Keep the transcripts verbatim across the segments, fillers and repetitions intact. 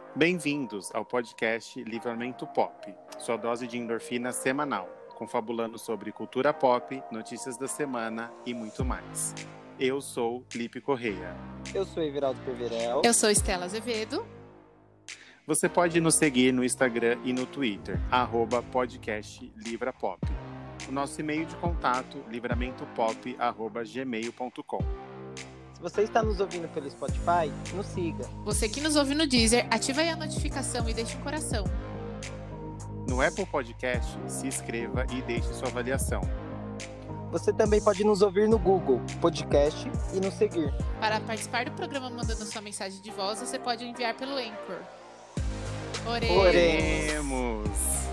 Bem-vindos ao podcast Livramento Pop, sua dose de endorfina semanal, confabulando sobre cultura pop, notícias da semana e muito mais. Eu sou Lipe Correia. Eu sou Everaldo Perverel. Eu sou Estela Azevedo. Você pode nos seguir no Instagram e no Twitter, arroba podcast Livrapop. O nosso e-mail de contato, livramentopop arroba gmail ponto com. Se você está nos ouvindo pelo Spotify, nos siga. Você que nos ouve no Deezer, ativa aí a notificação e deixe um coração. No Apple Podcast, se inscreva e deixe sua avaliação. Você também pode nos ouvir no Google Podcast e nos seguir. Para participar do programa mandando sua mensagem de voz, você pode enviar pelo Anchor. Oremos! Oremos!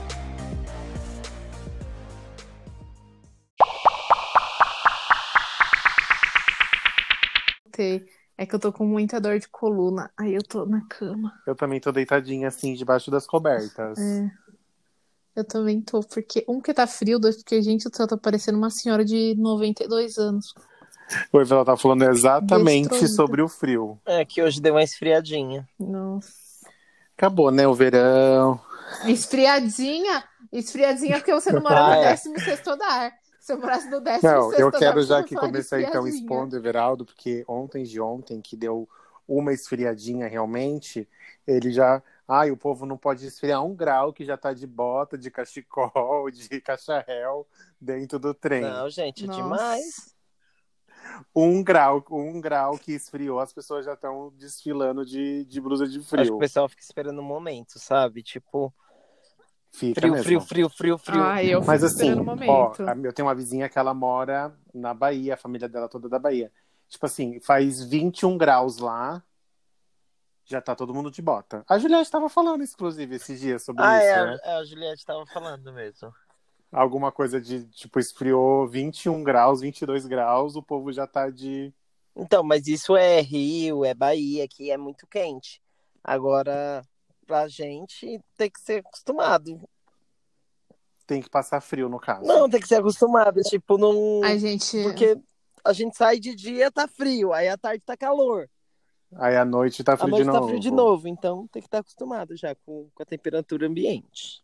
É que eu tô com muita dor de coluna, aí eu tô na cama. Eu também tô deitadinha assim, debaixo das cobertas. É. Eu também tô, porque um que tá frio, dois porque, gente, eu tô parecendo uma senhora de noventa e dois anos. O Ela tá falando exatamente Destruída. sobre o frio. É que hoje deu uma esfriadinha. Nossa. Acabou, né, o verão. Esfriadinha? Esfriadinha porque você não mora no Ah, é. décimo sexto andar. Se eu morasse no décimo Não, sexto eu andar, quero você já vai que falar de começar então esfriadinha. expondo o Everaldo, porque ontem de ontem, que deu uma esfriadinha realmente, ele já... Ai, o povo não pode esfriar um grau, que já tá de bota, de cachecol, de cacharel dentro do trem. Não, gente, é Nossa. demais. Um grau, um grau que esfriou, as pessoas já estão desfilando de, de blusa de Acho que frio. o pessoal fica esperando um momento, sabe? Tipo, Fica frio, mesmo. frio, frio, frio, frio. Ah, eu Mas fico assim, esperando o ó, momento. a- eu tenho uma vizinha que ela mora na Bahia, a família dela toda é da Bahia. Tipo assim, faz vinte e um graus lá, já tá todo mundo de bota. A Juliette tava falando, inclusive, esses dias sobre Ah, isso, é, né? a, a Juliette tava falando mesmo. Alguma coisa de, tipo, esfriou vinte e um graus, vinte e dois graus, o povo já tá de... Então, mas isso é Rio, é Bahia, aqui é muito quente. Agora, pra gente, tem que ser acostumado. Tem que passar frio, no caso. Não, tem que ser acostumado. Tipo, não... A gente... Porque a gente sai de dia, tá frio. Aí à tarde tá calor. Aí à noite tá À frio noite de tá novo. frio de novo. Então tem que estar acostumado já com, com a temperatura ambiente.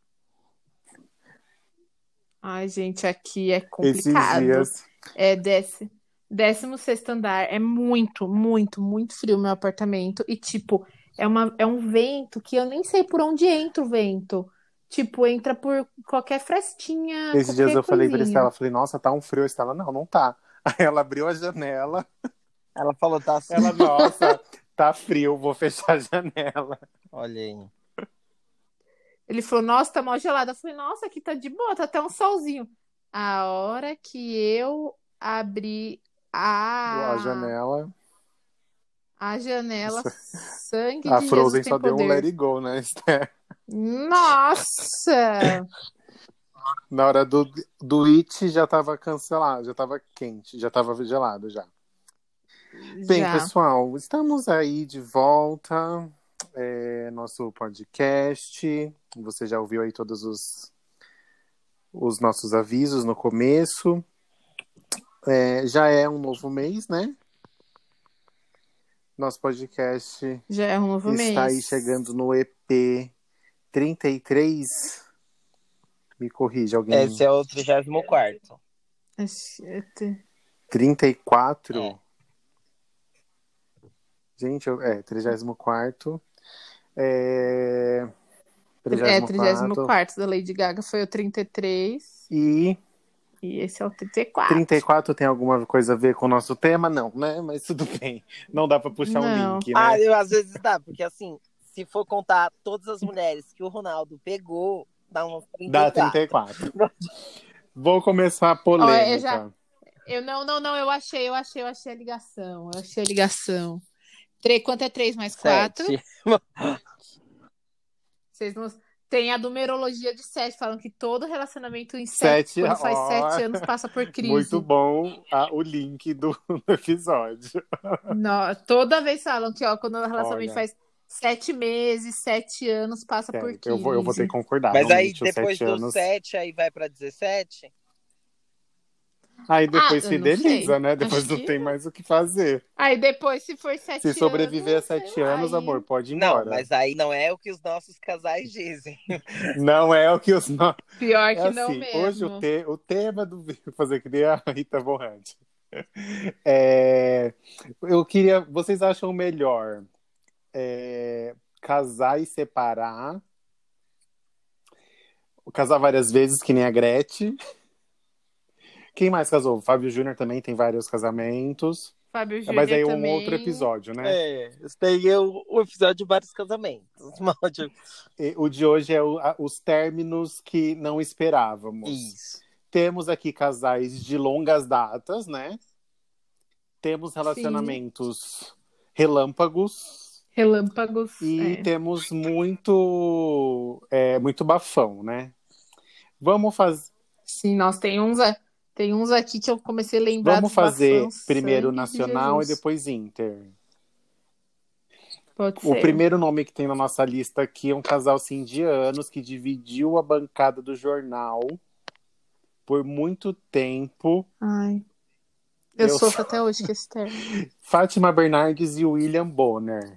Ai, gente, aqui é Esses complicado. dias... É desce, décimo sexto andar. É muito, muito, muito frio o meu apartamento. E, tipo, é, uma, é um vento que eu nem sei por onde entra o vento. Tipo, entra por qualquer frestinha, Esses dias qualquer eu falei pra coisinha. Estela, falei, nossa, tá um frio. A Estela, não, não tá. Aí ela abriu a janela, Ela falou, tá assim. ela, nossa, tá frio, vou fechar a janela. Olha aí. Ele falou, nossa, tá mal gelado. Eu falei, nossa, aqui tá de boa, tá até um solzinho. A hora que eu abri a, A janela, a janela, sangue a de Frozen Jesus só tem deu um poder. let it go, né, Esther? Nossa! Na hora do, do It já tava cancelado, já tava quente, já tava gelado já. Bem, Já. pessoal, estamos aí de volta, é, nosso podcast. Você já ouviu aí todos os, os nossos avisos no começo. É, já é um novo mês, né? Nosso podcast Já é um novo está mês. aí chegando no E P trinta e três. Me corrige alguém. Esse é o trigésimo quarto. Acho- eu te- trinta e quatro? É. Gente, eu- é, trigésimo quarto. É... É, trigésimo trigésimo quarto. quarto da Lady Gaga foi o trinta e três. E E esse é o trinta e quatro. trinta e quatro tem alguma coisa a ver com o nosso tema? Não, né? Mas tudo bem. Não dá pra puxar um Não. link, né? Ah, eu, às vezes dá, porque assim, se for contar todas as mulheres que o Ronaldo pegou, dá uns trinta e Dá quatro. trinta e quatro. Vou começar a Ó, polêmica. eu já- Eu não, não, não, eu achei, eu achei, eu achei a ligação. Eu achei a ligação. Tre- Quanto é três mais quatro? Sete. Vocês não... Tem a numerologia de sete, falam que todo relacionamento em sete, Sete, quando faz ó. sete anos, passa por crise. Muito bom ah, o link do, do episódio. Não, toda vez falam que, ó, quando o relacionamento Olha. faz sete meses, sete anos, passa É, por crise. eu, vou, eu vou ter que concordar. Mas aí, realmente, os depois sete do anos... sete, aí vai pra dezessete? Aí Ah, depois eu não fideliza, sei. né? Depois Acho não que. tem mais o que fazer. Aí depois, se for Se sete sobreviver a anos, sei sete lá. anos, Aí... amor, pode ir Não, embora. mas aí não é o que os nossos casais dizem. Não é o que os. no- Pior É que não assim, hoje o, mesmo. te... o tema do vídeo, fazer que nem a Rita Von Hunt. É... Eu queria. Vocês acham melhor é, casar e separar? Casar várias vezes, que nem a Gretchen. Quem mais casou? O Fábio Júnior também tem vários casamentos. Fábio É, mas Júnior aí é um outro também. episódio, né? É, esse daí é o, o episódio de vários casamentos. Mal de- E o de hoje é o- a- os términos que não esperávamos. Isso. Temos aqui casais de longas datas, né? Temos Sim. relacionamentos relâmpagos Relâmpagos. e É. temos muito, é, muito bafão, né? Vamos, faz... Sim, nós tem uns, a- tem uns aqui que eu comecei a lembrar Vamos dos bafãos. fazer primeiro Sangue de nacional e Jesus. depois Inter. Pode O ser. primeiro nome que tem na nossa lista aqui é um casal assim, de anos que dividiu a bancada do jornal por muito tempo. Ai. Eu, Eu sofro até hoje com esse termo. Fátima Bernardes e William Bonner.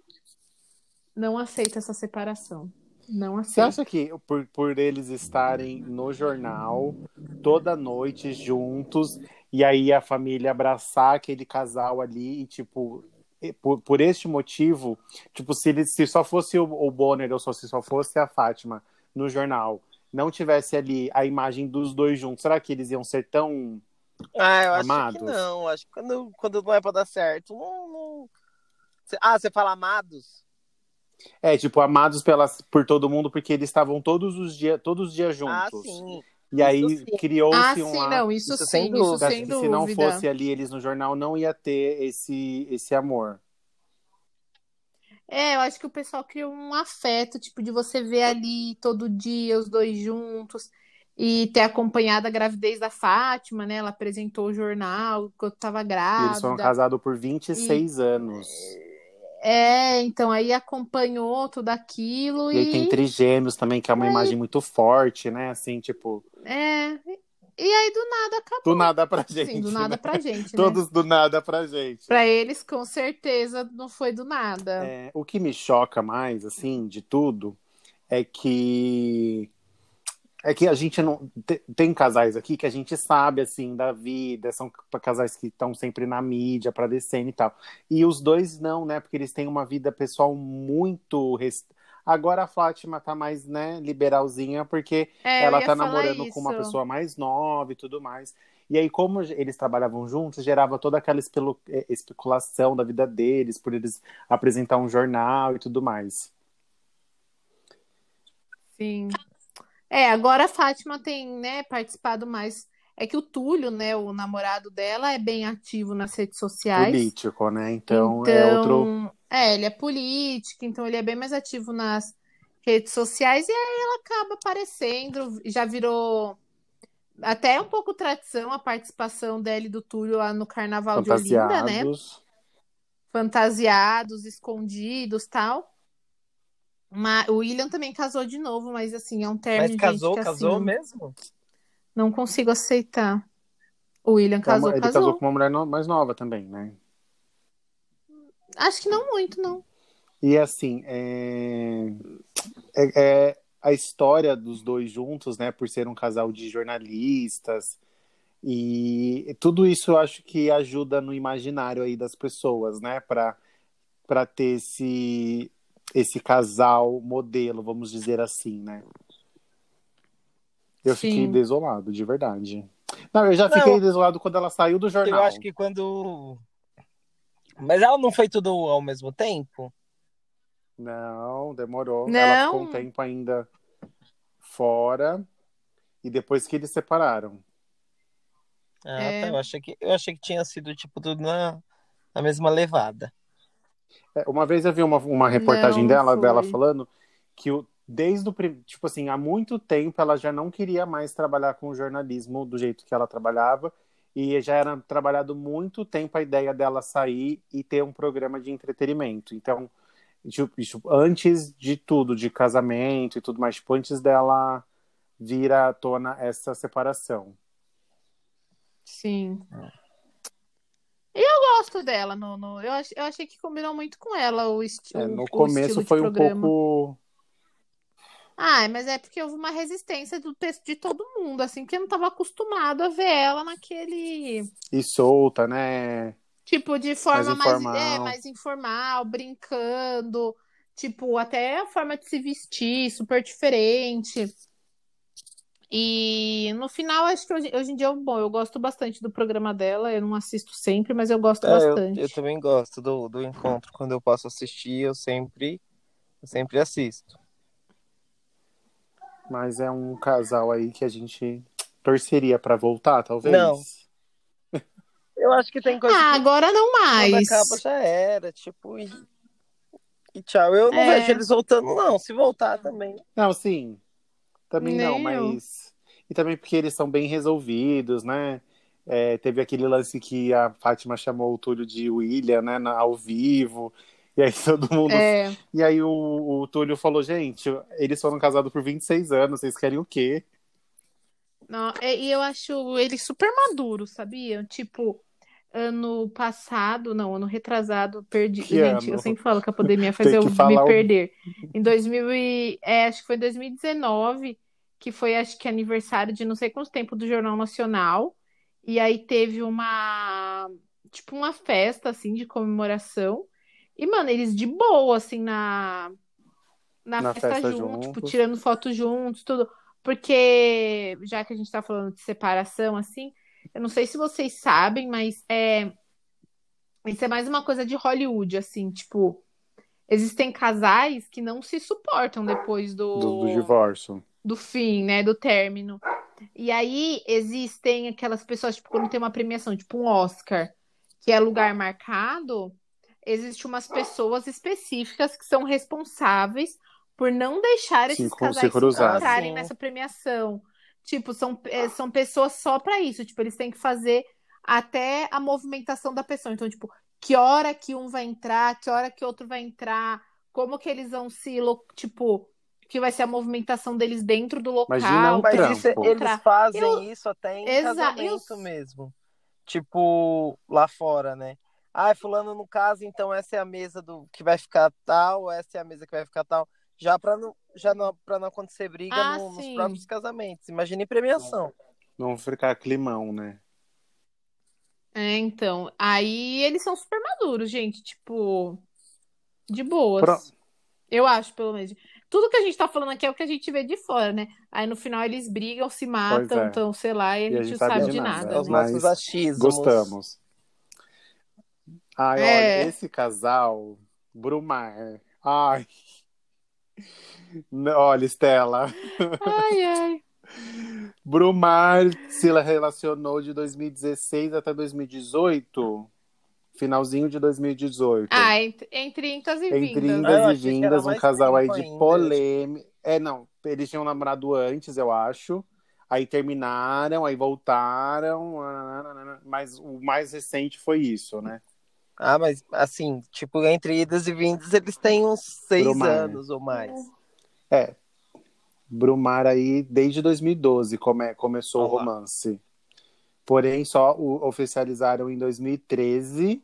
Não aceito essa separação. Não Você aceito. acha que por, por eles estarem no jornal toda noite juntos e aí a família abraçar aquele casal ali e tipo e por, por este motivo, tipo se ele, se só fosse o, o Bonner ou só, se só fosse a Fátima no jornal, não tivesse ali a imagem dos dois juntos, será que eles iam ser tão Ah, eu acho que amados? não. Acho que quando, quando não é pra dar certo, não. não... Cê- Ah, você fala amados? É, tipo, amados pelas, por todo mundo, porque eles estavam todos os dias, todos os dias Ah, juntos. sim. E Isso aí sim. Ah, criou-se um sim, lá. não. Isso, Isso sem sim, isso dúvida. sem Que se não dúvida. fosse ali eles no jornal, não ia ter esse, esse amor. É, eu acho que o pessoal cria um afeto, tipo, de você ver ali todo dia os dois juntos e ter acompanhado a gravidez da Fátima, né? Ela apresentou o jornal quando estava E eles foram grávida. casados por vinte e E seis anos. é, então aí acompanhou tudo aquilo E aí tem e trigêmeos também, que é uma imagem muito forte, né? Assim, tipo, é, e aí do nada do acabou. nada pra Sim, gente, do nada né? pra gente, né? Todos do nada pra gente. Pra eles, com certeza, não foi do nada. É, o que me choca mais, assim, de tudo, é que É que a gente não. te- Tem casais aqui que a gente sabe, assim, da vida, são casais que estão sempre na mídia, pra descendo e tal. E os dois não, né? Porque eles têm uma vida pessoal muito. rest- Agora a Fátima tá mais, né, liberalzinha, porque É, eu ela ia tá falar namorando com isso. uma pessoa mais nova e tudo mais. E aí, como eles trabalhavam juntos, gerava toda aquela espelu- eh, especulação da vida deles, por eles apresentar um jornal e tudo mais. Sim. É, agora a Fátima tem, né, participado mais. É que o Túlio, né, o namorado dela, é bem ativo nas redes sociais. Político, né? Então é outro. Então, é, ele é político, então ele é bem mais ativo nas redes sociais e aí ela acaba aparecendo, já virou até um pouco tradição a participação dela e do Túlio lá no Carnaval de Olinda, né? Fantasiados. Fantasiados, escondidos, tal. Mas o William também casou de novo, mas assim, é um Mas término, gente, casou, que casou assim, mesmo? não consigo aceitar. O William É uma- casou, Ele casou casou. com uma mulher no- mais nova também, né? Acho que não muito, não. E assim, é... é- é a história dos dois juntos, né? Por ser um casal de jornalistas. E tudo isso eu acho que ajuda no imaginário aí das pessoas, né? Para para ter esse, esse casal modelo, vamos dizer assim, né? Eu fiquei Sim. desolado, de verdade. Não, eu já Não, fiquei desolado quando ela saiu do eu jornal. acho que quando. Mas ela não foi tudo ao mesmo tempo? Não, demorou. Ela ficou um Não, tempo ainda fora e depois que eles separaram. Ah, é, tá. Eu achei que, eu achei que tinha sido tipo tudo na, na mesma levada. É, uma vez eu vi uma, uma reportagem não, não dela, dela foi. falando que o, desde o prim- tipo assim, há muito tempo ela já não queria mais trabalhar com o jornalismo do jeito que ela trabalhava e já era trabalhado muito tempo a ideia dela sair e ter um programa de entretenimento. Então, tipo, isso, antes de tudo, de casamento e tudo mais, tipo, antes dela vir à tona essa separação. Sim. E eu gosto dela. No, no, eu, ach, eu achei que combinou muito com ela o, esti É, o, no o começo estilo de foi um programa. pouco. Ah, mas é porque houve uma resistência do texto de todo mundo, assim, que eu não estava acostumado a ver ela naquele E solta, né? tipo de Mais forma mais, é, informal. mais informal, brincando, tipo, até a forma de se vestir, super diferente. E no final, acho que hoje, hoje em dia, eu- bom, eu gosto bastante do programa dela. Eu não assisto sempre, mas eu gosto É, eu, eu bastante. também gosto do, do encontro. Quando eu posso assistir, eu sempre, eu sempre assisto. Mas é um casal aí que a gente torceria pra voltar, Não, talvez. eu acho que tem coisa Ah, que agora não quando acaba mais. já era, tipo, e, e tchau. Eu não vejo É, eles voltando, não. Se voltar também. Não, sim, também não, nem eu. mas. E também porque eles são bem resolvidos, né? É, teve aquele lance que a Fátima chamou o Túlio de William, né, na- ao vivo. E aí todo mundo. É, E aí o, o Túlio falou: gente, eles foram casados por vinte e seis anos, vocês querem o quê? não, é, e eu acho ele super maduro, sabia? Tipo, ano passado, não, ano retrasado, perdi. Que Gente, eu ano? sempre falo que a pandemia faz Tem eu que me falar o. perder. Em dois mil e, é, acho que foi dois mil e dezenove, que foi, acho que aniversário de não sei quanto tempo do Jornal Nacional. E aí teve uma, tipo, uma festa, assim, de comemoração. E, mano, eles de boa, assim, na, na Na festa festa junto, tipo, juntos. tirando foto juntos, tudo. Porque, já que a gente tá falando de separação, assim, eu não sei se vocês sabem, mas é, isso é mais uma coisa de Hollywood, assim, tipo, existem casais que não se suportam depois Do, do do, divórcio. do fim, né, do término. E aí existem aquelas pessoas, tipo, quando tem uma premiação, tipo um Oscar, que é lugar marcado, existem umas pessoas específicas que são responsáveis por não deixar Se, esses cru- se casais se Ah, cruzarem. encontrarem sim. nessa premiação. Tipo, são, é, são pessoas só para isso. Tipo, eles têm que fazer até a movimentação da pessoa. Então, tipo, que hora que um vai entrar, que hora que outro vai entrar, como que eles vão se, lo- tipo, que vai ser a movimentação deles dentro do Imagina o local Mas para se isso, trampo. eles encontrar. Eu, fazem isso até em exa, eu, casamento mesmo. Tipo, lá fora, né? Ah, fulano no caso, então essa é a mesa do que vai ficar tal, essa é a mesa que vai ficar tal. Já para não, já não, para não acontecer briga ah, no- nos próprios sim. casamentos. Imagine premiação. Não ficar climão, né? É, então, aí eles são super maduros, gente, tipo, de Pro- boas. Eu acho, pelo menos. Tudo que a gente tá falando aqui é o que a gente vê de fora, né? Aí no final eles brigam, se Pois matam, é. então, sei lá, e a E a gente gente não sabe É, sabe de de é nada, nada, os né? nossos mas achismos. gostamos. Ai, olha, É. esse casal, Brumar. Ai, n- olha, Estela. Ai, ai. Brumar se relacionou de dois mil e dezesseis até dois mil e dezoito, finalzinho de dois mil e dezoito. Ah, entre, entre intas e Entre Ah, vindas. indas eu e achei que era vindas, um mais casal aí tempo de ainda. Tipo, polêmica. É, não, eles tinham namorado antes, eu acho. Aí terminaram, aí voltaram. nananana, Mas o mais recente foi isso, né? ah, mas assim, tipo, entre idas e vindas, eles têm uns seis Brumar. anos ou mais. É, Brumar aí desde dois mil e doze come, começou o Olha lá. romance. Porém, só o oficializaram em dois mil e treze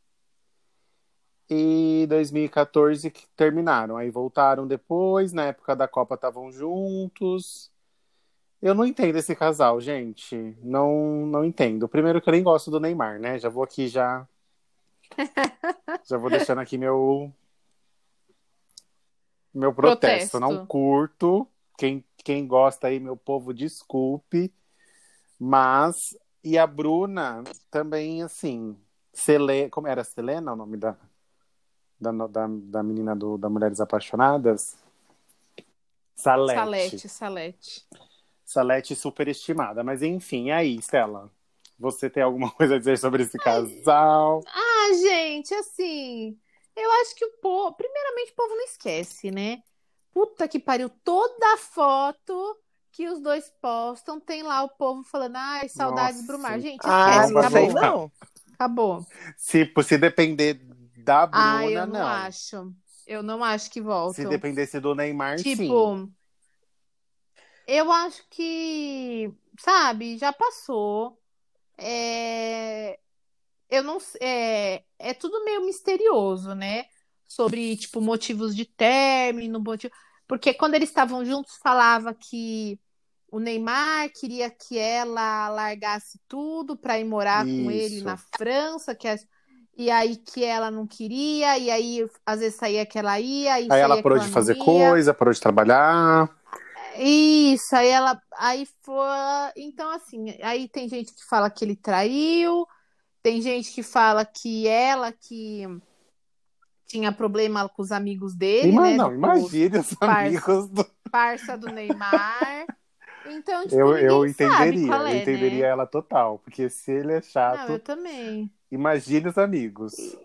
e dois mil e quatorze que terminaram. Aí voltaram depois, na época da Copa estavam juntos. Eu não entendo esse casal, gente. Não, não entendo. Primeiro que eu nem gosto do Neymar, né? Já vou aqui já, já vou deixando aqui meu meu protesto. Não Protesto. curto. Quem, quem gosta aí, meu povo, desculpe. Mas e a Bruna também, assim, Sele, como era Selena o nome da da, da, da menina do, da Mulheres Apaixonadas? Salete. Salete, Salete. Salete superestimada. Mas enfim, e aí, Stella? Você tem alguma coisa a dizer sobre esse casal? Ah, gente, assim, eu acho que o povo, primeiramente, o povo não esquece, né? Puta que pariu, toda foto que os dois postam tem lá o povo falando, ai, saudades Brumar. Nossa, Gente, Ah, não esquece, vai não sei acabou, voltar. não. acabou. Se, se depender da Ah, eu Bruna, não não. acho. Eu não acho que Se voltam. dependesse do Neymar, sim. Tipo, eu acho que, sabe, já passou. é, eu não s- é, é tudo meio misterioso, né? Sobre, tipo, motivos de término, motivo... porque quando eles estavam juntos, falava que o Neymar queria que ela largasse tudo para ir morar com ele na Isso. França, que as- e aí que ela não queria, e aí às vezes saía que ela ia, e Aí ela saía que parou ela de não fazer ia. coisa, parou de trabalhar. Isso, aí ela, aí foi, então assim, aí tem gente que fala que ele traiu, tem gente que fala que ela que tinha problema com os amigos dele, Ima- né, Não, de pôr os imagine os parça, amigos do... parça do Neymar. Então, tipo, Eu, eu ninguém sabe entenderia, qual eu é, entenderia né? ela total. Porque se ele é Não, eu chato, também. imagine os amigos.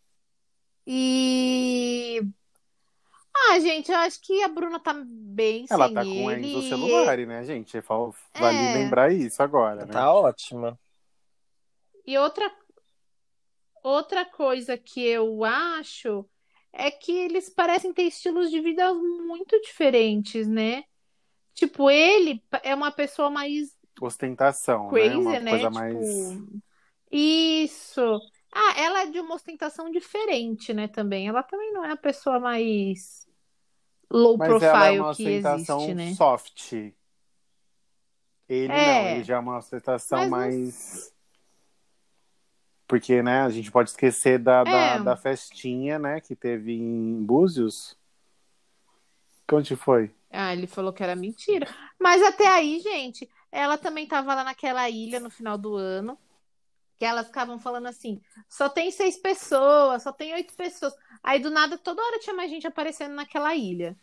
E ah, gente, eu acho que a Bruna tá bem Ela sem tá com o ele. Enzo E, Celulari, né, gente? Fal- Vale é, lembrar isso agora, né? Tá ótima. e outra outra coisa que eu acho é que eles parecem ter estilos de vida muito diferentes, né? Tipo, ele é uma pessoa mais Ostentação, né? Uma crazy, né? coisa mais. Tipo, isso. Ah, ela é de uma ostentação diferente, né? Também. Ela também não é a pessoa mais low Mas ela é profile uma que existe, ostentação né? soft. Ele não, ele É, já é uma ostentação mas não. mais. Porque, né, a gente pode esquecer da, da, É. da festinha, né, que teve em Búzios. Onde foi? Ah, ele falou que era mentira. Mas até aí, gente, ela também tava lá naquela ilha no final do ano, que elas ficavam falando assim: só tem seis pessoas, só tem oito pessoas. Aí do nada, toda hora tinha mais gente aparecendo naquela ilha.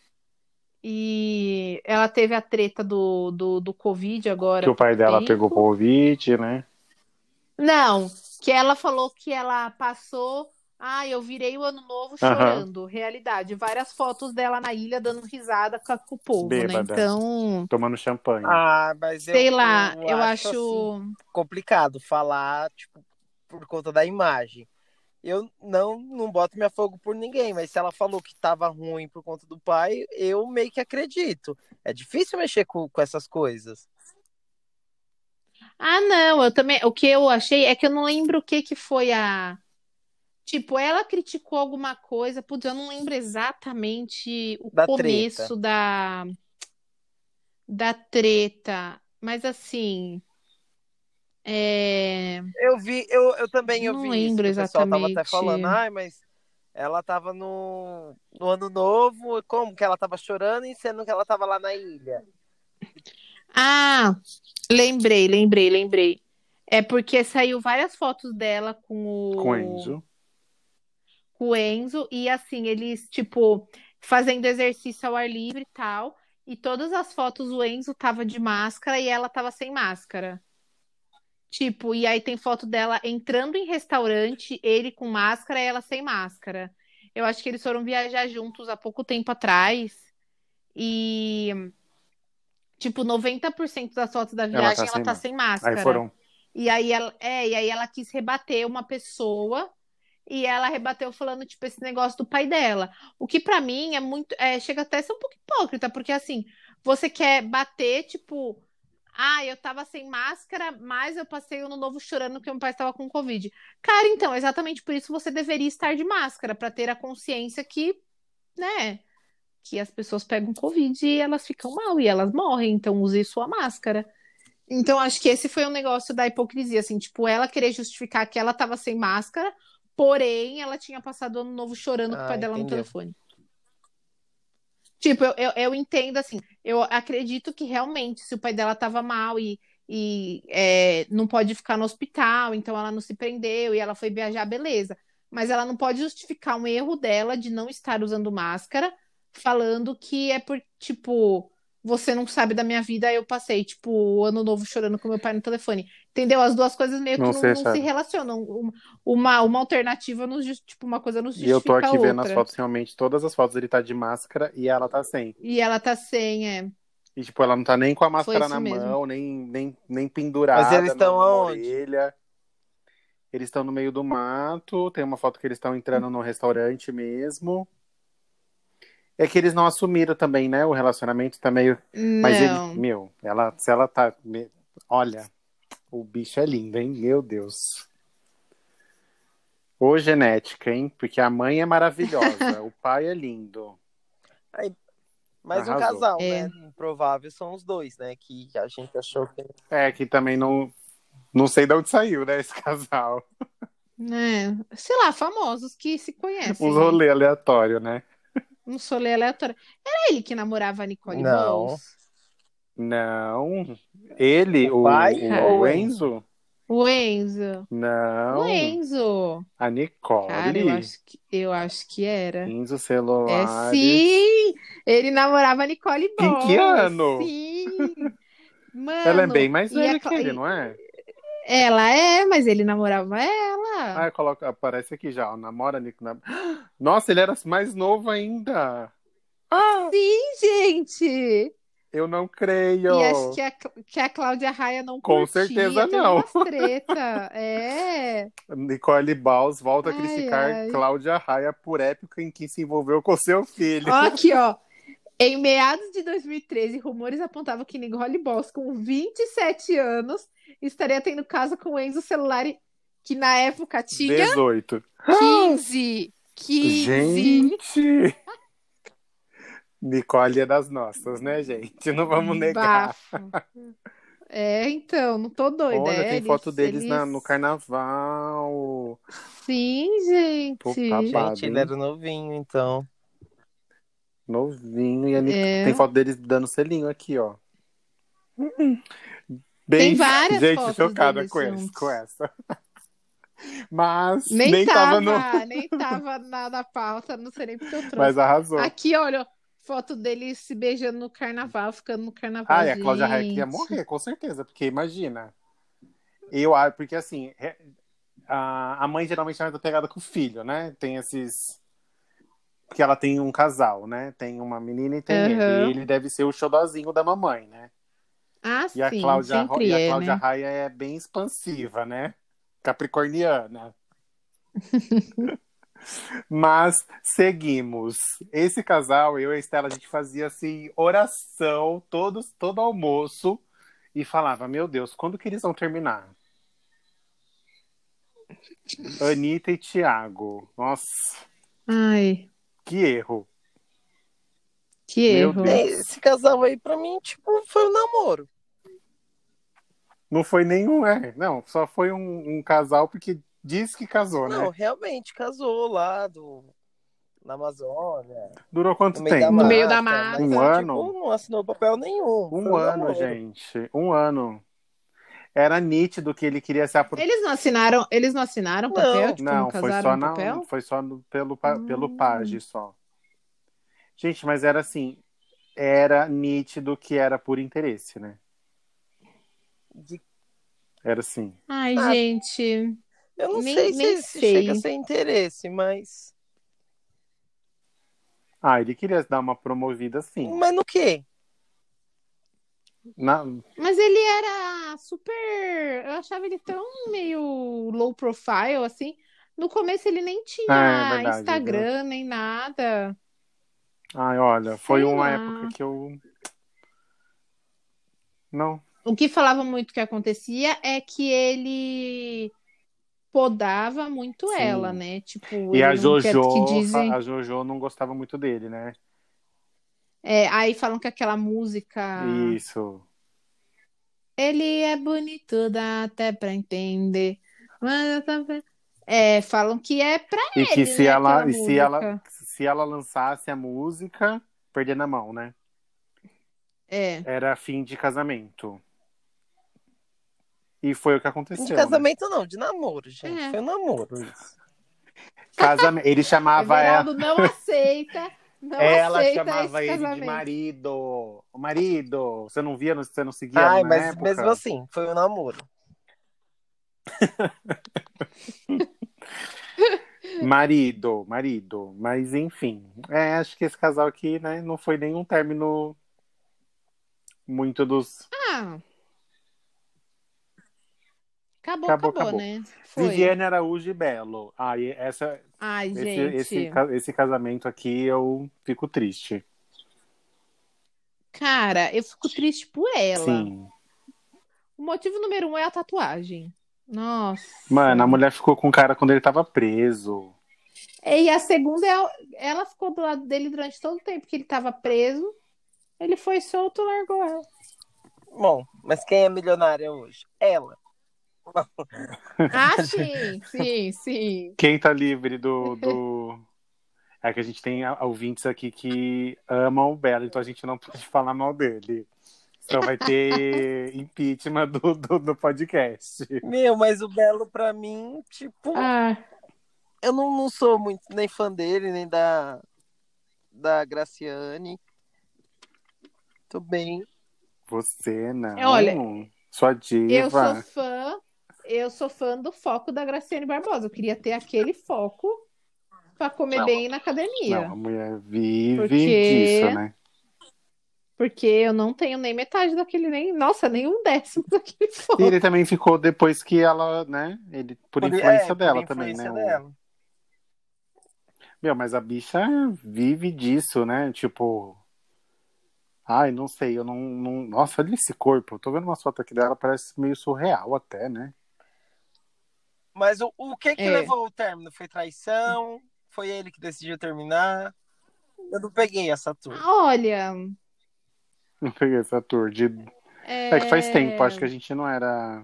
E ela teve a treta do, do, do Covid agora Que há o pai pouco dela pegou tempo. Covid, né? Não, que ela falou que ela passou. Ah, eu virei o ano novo Aham, chorando. Realidade. Várias fotos dela na ilha dando risada com, a- com o povo, né? bêbada, Então, tomando champanhe. Ah, mas eu, sei lá, eu eu acho assim acho. complicado falar, tipo, por conta da imagem. Eu não, não boto minha fogo por ninguém, mas se ela falou que tava ruim por conta do pai, eu meio que acredito. É difícil mexer com, com essas coisas. Ah, não, eu também. O que eu achei é que eu não lembro o que que foi a. Tipo, ela criticou alguma coisa. Putz, eu não lembro exatamente o Da treta. começo da, da treta. Mas assim. É... Eu vi, eu, eu também eu Não vi isso, lembro que o pessoal tava até falando, exatamente. ai, mas ela tava no, no ano novo, como que ela tava chorando e sendo que ela tava lá na ilha. Ah, lembrei, lembrei, lembrei. É porque saiu várias fotos dela com Com o, Enzo. com o Enzo e assim, eles, tipo, fazendo exercício ao ar livre e tal. E todas as fotos o Enzo tava de máscara e ela tava sem máscara. Tipo, e aí tem foto dela entrando em restaurante, ele com máscara e ela sem máscara. Eu acho que eles foram viajar juntos há pouco tempo atrás. E, tipo, noventa por cento das fotos da Ela tá viagem ela sem tá máscara. sem Aí máscara. foram. E aí ela, é, e aí ela quis rebater uma pessoa e ela rebateu falando, tipo, esse negócio do pai dela. O que pra mim é muito, é, chega até a ser um pouco hipócrita, porque assim, você quer bater, tipo, ah, eu tava sem máscara, mas eu passei o ano novo chorando porque meu pai estava com Covid. Cara, então, exatamente por isso você deveria estar de máscara, pra ter a consciência que, né, que as pessoas pegam Covid e elas ficam mal e elas morrem, então use sua máscara. Então, acho que esse foi um negócio da hipocrisia, assim, tipo, ela querer justificar que ela tava sem máscara, porém, ela tinha passado o ano novo chorando com o pai Ah, dela no entendeu. telefone. Tipo, eu, eu, eu entendo, assim, eu acredito que realmente, se o pai dela tava mal e, e é, não pode ficar no hospital, então ela não se prendeu e ela foi viajar, beleza. Mas ela não pode justificar um erro dela de não estar usando máscara, falando que é por, tipo, você não sabe da minha vida, aí eu passei, tipo, o ano novo chorando com meu pai no telefone. Entendeu? As duas coisas meio que Não não, sei, não se sabe? relacionam. Um- Uma, uma alternativa, não, jus- tipo, uma coisa não E eu tô justifica a aqui vendo as outra. fotos, realmente, todas as fotos ele tá de máscara e ela tá sem. E ela tá sem, é. E, tipo, ela não tá nem com a Foi máscara isso na mesmo. mão, nem, nem, nem Mas eles pendurada no- estão numa aonde? orelha. Eles estão no meio do mato. Tem uma foto que eles estão entrando no restaurante mesmo. É que eles não assumiram também, né? O relacionamento tá meio. Mas ele, Não. meu, ela, se ela tá. me- Olha, O bicho é lindo, hein? Meu Deus. Ô, genética, hein? Porque a mãe é maravilhosa, o pai é lindo. Aí, mais um Arrasou. casal, É. né? Improvável são os dois, né? Que a gente achou que. É, que também não, não sei de onde saiu, né, esse casal. Né? Sei lá, famosos que se conhecem, Uns né? rolê aleatório, né? Um solê aleatório. Era ele que namorava a Nicole Não. Balls? Não. Ele, O o, pai o, ou o Enzo? O Enzo. O Não. Enzo. A Cara, eu Nicole. acho que, eu acho que era. Enzo É Celulares. sim! Ele namorava a Nicole Em que Balls. ano? Sim! Ela é Mano, bem mais e a velha que Cla- ele, e- não é? ela é, mas ele namorava ela. Ah, coloca, aparece aqui já, ó, namora a Nick. nam- Nossa, ele era mais novo ainda. Ah, Sim, gente! eu não E acho creio. que a, que a Cláudia Raia não Com curtia, certeza teve não. umas treta. É. Nicole Baus volta a Ai, criticar ai. Cláudia Raia por época em que se envolveu com seu filho. Ó, aqui, ó. Em meados de dois mil e treze, rumores apontavam que Nicole Balls, com vinte e sete anos, estaria tendo caso com Enzo Celulari, que na época tinha dezoito. quinze. quinze. Gente! Nicole é das nossas, né, gente? Não vamos negar. Bafo. É, então, não tô doida. Olha, É, tem foto eles, deles na, no eles... carnaval. Sim, Pô, gente. babado, Gente, ele hein? era novinho, então. Novinho. E a Nic- tem É. foto deles dando selinho aqui, ó. Bem, Tem várias gente, fotos chocada deles com, esse, com juntos. essa. Mas Nem nem tava no. tava, nem tava na, na pauta, não sei nem porque eu trouxe. Mas arrasou. Aqui, olha, foto deles se beijando no carnaval, ficando no carnaval, Ah, e a Cláudia Raia gente. queria morrer, com certeza, porque imagina. Eu acho, porque assim, é- a, a mãe geralmente é mais apegada com o filho, né? Tem esses. Porque ela tem um casal, né? Tem uma menina e tem ele. Aham. E ele deve ser o xodozinho da mamãe, né? Ah, E a sim, Cláudia, sempre e a é, Cláudia né? Raia é bem expansiva, né? Capricorniana. Mas seguimos. Esse casal, eu e a Estela, a gente fazia assim, oração todos, todo almoço e falava, meu Deus, quando que eles vão terminar? Anitta e Thiago. Nossa, Ai, que erro. que Meu erro. Deus. Esse casal aí, pra mim, tipo, foi um namoro. Não foi nenhum, é. Não, só foi um, um casal porque disse que casou, Não, né? realmente, casou lá do, na Amazônia, Durou quanto no meio da tempo? No meio da mata, mas, Um mata. ano? tipo, não assinou papel nenhum. Foi Um um ano, namoro. gente. Um ano. Era nítido que ele queria se aproximar. Eles não assinaram, eles não assinaram papel? Não. Tipo, não Não, foi casaram só, no na, papel? foi só no- pelo, pa- pelo Hum. Page só. Gente, mas era assim, era nítido que era por interesse, né? De- Era assim. Ai, Ah, gente, Eu não nem, sei nem se, se chega a sei. ser interesse, mas. Ah, ele queria dar uma promovida, sim. Mas no quê? Na, Mas ele era super. Eu achava ele tão meio low profile, assim. No começo ele nem é tinha verdade, viu? Instagram, nem nada. Ai, olha, foi Sei uma lá. época que eu. Não. O que falava muito que acontecia é que ele podava muito Sim. ela, né? Tipo, E a ele não quer que Jojo, dizem. a Jojo não gostava muito dele, né? É, aí falam que aquela música. Isso. Ele é bonito, dá até pra entender. Mas eu tô- É, falam que é pra E que ele, se né? ela, Aquela e se ela, música. se ela lançasse a música, perder na mão, né? É. Era fim de casamento. E foi o que De aconteceu, né? casamento não, de namoro, gente. É. Foi um namoro isso. Casamento. Ele chamava ela. Everaldo não aceita, não Ela aceita chamava esse ele de casamento. marido. O marido. Você não via, você não seguia Ai, na mas época? mesmo assim, foi um namoro. Marido, marido. Mas enfim. É, acho que esse casal aqui, né, não foi nenhum término muito dos. Ah, acabou, Acabou, acabou, acabou. né? Foi. Viviane Araújo e Belo. Aí essa, Ai, esse, gente. esse, ca- esse casamento aqui eu fico triste. Cara, eu fico triste por ela. Sim. O motivo número um é a tatuagem. Nossa. Mano, a mulher ficou com o cara quando ele tava preso. E a segunda é a- ela ficou do lado dele durante todo o tempo que ele tava preso. Ele foi solto e largou ela. Bom, mas quem é milionária hoje? Ela. Ah, sim, sim, sim. Quem tá livre do, do... É que a gente tem ouvintes aqui que amam o Belo, então a gente não pode falar mal dele. Então vai ter impeachment do, do, do podcast. Meu, mas o Belo, pra mim, tipo, Ah, eu não, não sou muito nem fã dele, nem da, da Graciane. Tô bem. Você não. olha, Sua eu sou diva. fã, eu sou fã do foco da Graciane Barbosa. Eu queria ter aquele foco pra comer bem na Não, academia. a mulher vive Porque, disso, né? porque eu não tenho nem metade daquele, nem, nossa, nem um décimo daquele E ele foco. também ficou depois que ela, né? Ele, por Por, influência é, por dela também, influência né? O... dela. Meu, mas a bicha vive disso, né? Tipo, ai, não sei, eu não, não... Nossa, olha esse corpo. Eu tô vendo uma foto aqui dela, parece meio surreal até, né? Mas o, o que que É. levou ao término? Foi traição? Foi ele que decidiu terminar? Eu não peguei essa turma. Olha, Não peguei essa tour de... É que faz tempo, é, acho que a gente não era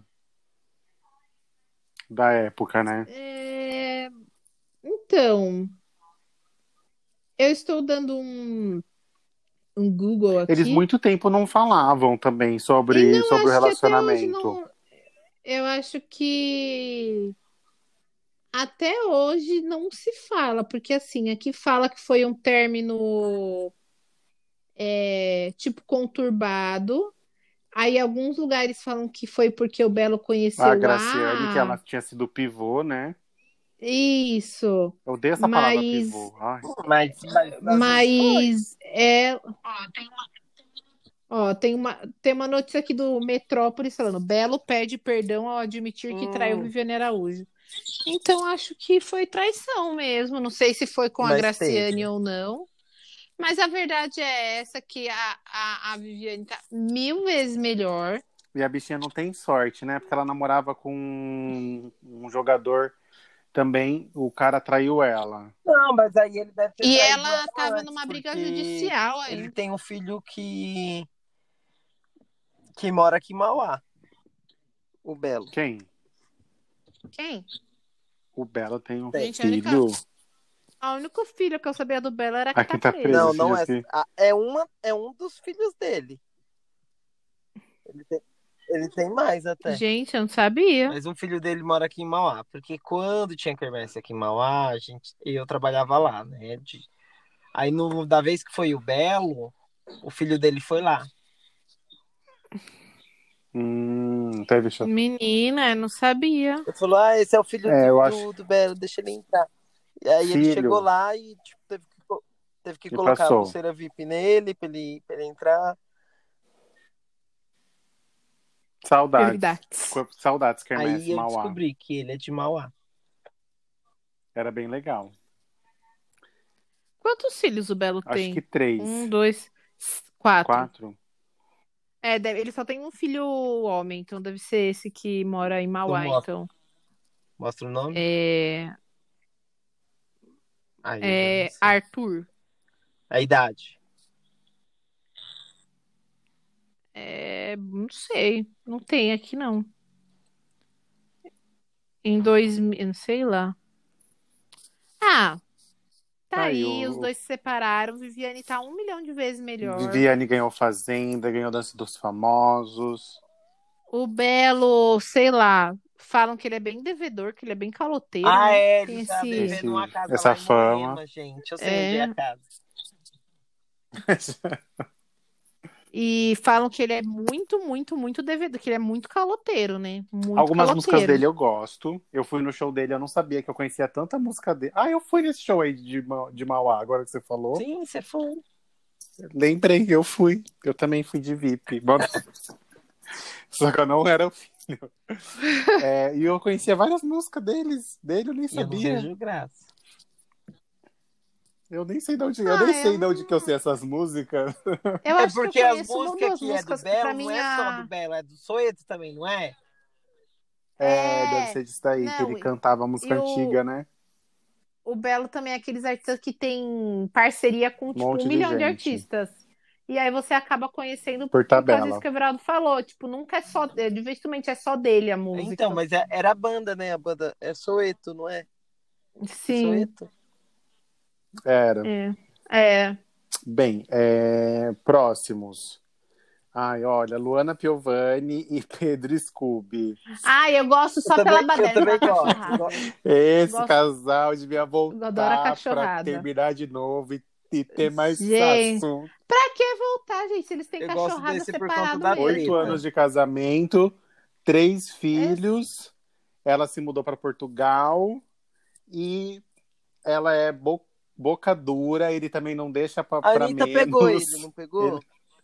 da época, né? é, então, eu estou dando um, um Google Eles aqui. muito tempo não falavam também E sobre, não, sobre o acho que até hoje relacionamento. não. Eu acho que até hoje não se fala, porque assim, aqui fala que foi um término é, tipo conturbado. Aí alguns lugares falam que foi porque o Belo A conheceu Graciane, que ela a. tinha sido pivô, né? Isso. Eu odeio essa palavra Mas, pivô. Ai. Mas, mas às vezes foi. mas é, ó, tem uma, tem uma notícia aqui do Metrópolis falando: Belo pede perdão ao admitir que traiu Hum, Viviane Araújo. Então acho que foi traição mesmo. Não sei se foi com a mas Graciane teve. ou não. Mas a verdade é essa, que a, a, a Viviane tá mil vezes melhor. E a bichinha não tem sorte, né? Porque ela namorava com um, um jogador também, o cara traiu ela. Não, mas aí ele deve ter E traído ela ela tava antes, numa briga porque judicial ele ainda. tem um filho que, que mora aqui em Mauá, o Belo. Quem? Quem? O Belo tem um Tem. Gente, a única, filho. a única filha que eu sabia do Belo era a que Aqui tá tá preso, presa. Não, esses não dias é. que... a- É, uma, é um dos filhos dele. Ele tem, ele tem mais até. Gente, eu não sabia. Mas um filho dele mora aqui em Mauá. Porque quando tinha quermesse aqui em Mauá, a gente, eu trabalhava lá, né? De- aí no, da vez que foi o Belo, o filho dele foi lá. Hum, teve chance. Menina, eu não sabia. Ele falou: Ah, esse é o filho É, do, eu acho. do, do Belo, deixa ele entrar. E aí ele chegou Filho. lá e tipo, teve que, co- teve que E colocar a passou. pulseira V I P nele pra ele, pra ele entrar. Saudades. Verdades. Saudades, Aí Quermesse, eu Mauá. descobri que ele é de Mauá. Era bem legal. Quantos filhos o Belo Acho que tem? três. Um, dois, quatro. Quatro. É, deve- ele só tem um filho homem, então deve ser esse que mora em Tu Mauá, mostra, então. mostra o nome? É, Aí eu já não é sei. Arthur. A idade. É, não sei, não tem aqui não. Em dois mil, sei lá. Ah, tá Aí aí, os o dois se separaram. Viviane tá um milhão de vezes melhor. Viviane ganhou Fazenda, ganhou Dança dos Famosos. O Belo, sei lá, falam que ele é bem devedor, que ele é bem caloteiro, Ah, né? é, Tem ele tá esse. Esse, devendo uma casa essa lá em fama. Moema, gente. Eu sei onde é a É, casa. e falam que ele é muito, muito, muito devedor, que ele é muito caloteiro, né? Muito Algumas músicas caloteiro. dele eu gosto. Eu fui no show dele, eu não sabia que eu conhecia tanta música dele. Ah, eu fui nesse show aí de, Ma- de Mauá, agora que você falou. Sim, você foi. Lembrei, eu fui. Eu também fui de V I P. Bom, só que eu não era o filho. É, e eu conhecia várias músicas deles, dele, eu nem E eu não sabia. vejo graça. Eu nem sei de onde, eu Ah, nem eu sei de não. onde que eu sei essas músicas. Eu É acho que eu porque as conheço uma ou músicas duas que é do músicas que pra Belo mim não é só do a. Belo, é do Soeto também, não é? É, deve É. ser disso daí, que ele Não, e cantava a música e o, antiga, né? o Belo também é aqueles artistas que tem parceria com, Um tipo, um monte de milhão de gente, artistas. E aí você acaba conhecendo por por causa disso tabela. que o Everaldo falou. Tipo, nunca é só. é, Dificilmente é só dele a Então, música. mas é- era a banda, né? A banda é Soeto, não é? É Sim, Soeto? Era. é. É. Bem, é, próximos. Ai, olha, Luana Piovani e Pedro Scooby. Ah, eu gosto Eu só pela também, eu baderna, também pela gosto. Go- cachorrada. Esse Gosto, casal devia eu adoro a voltar pra cachorrada. terminar de novo e, e ter mais Gente, assunto. pra que voltar, gente? Se eles têm Eu gosto cachorrada desse por conta separado da Oito mesmo. anos treta. de casamento, três É, filhos. Ela se mudou para Portugal e ela é bo- boca dura. Ele também não deixa pra A pra Anitta pegou ele, menos. não Ele, pegou?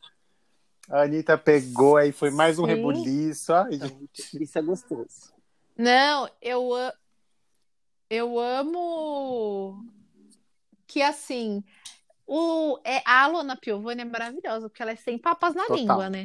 a Anitta pegou, aí foi mais um sim. rebuliço. Ai, Não, gente. isso é gostoso. Não, eu, a- eu amo que assim, o, é, a Alona Piovani é maravilhosa, porque ela é sem papas na língua, Total. né?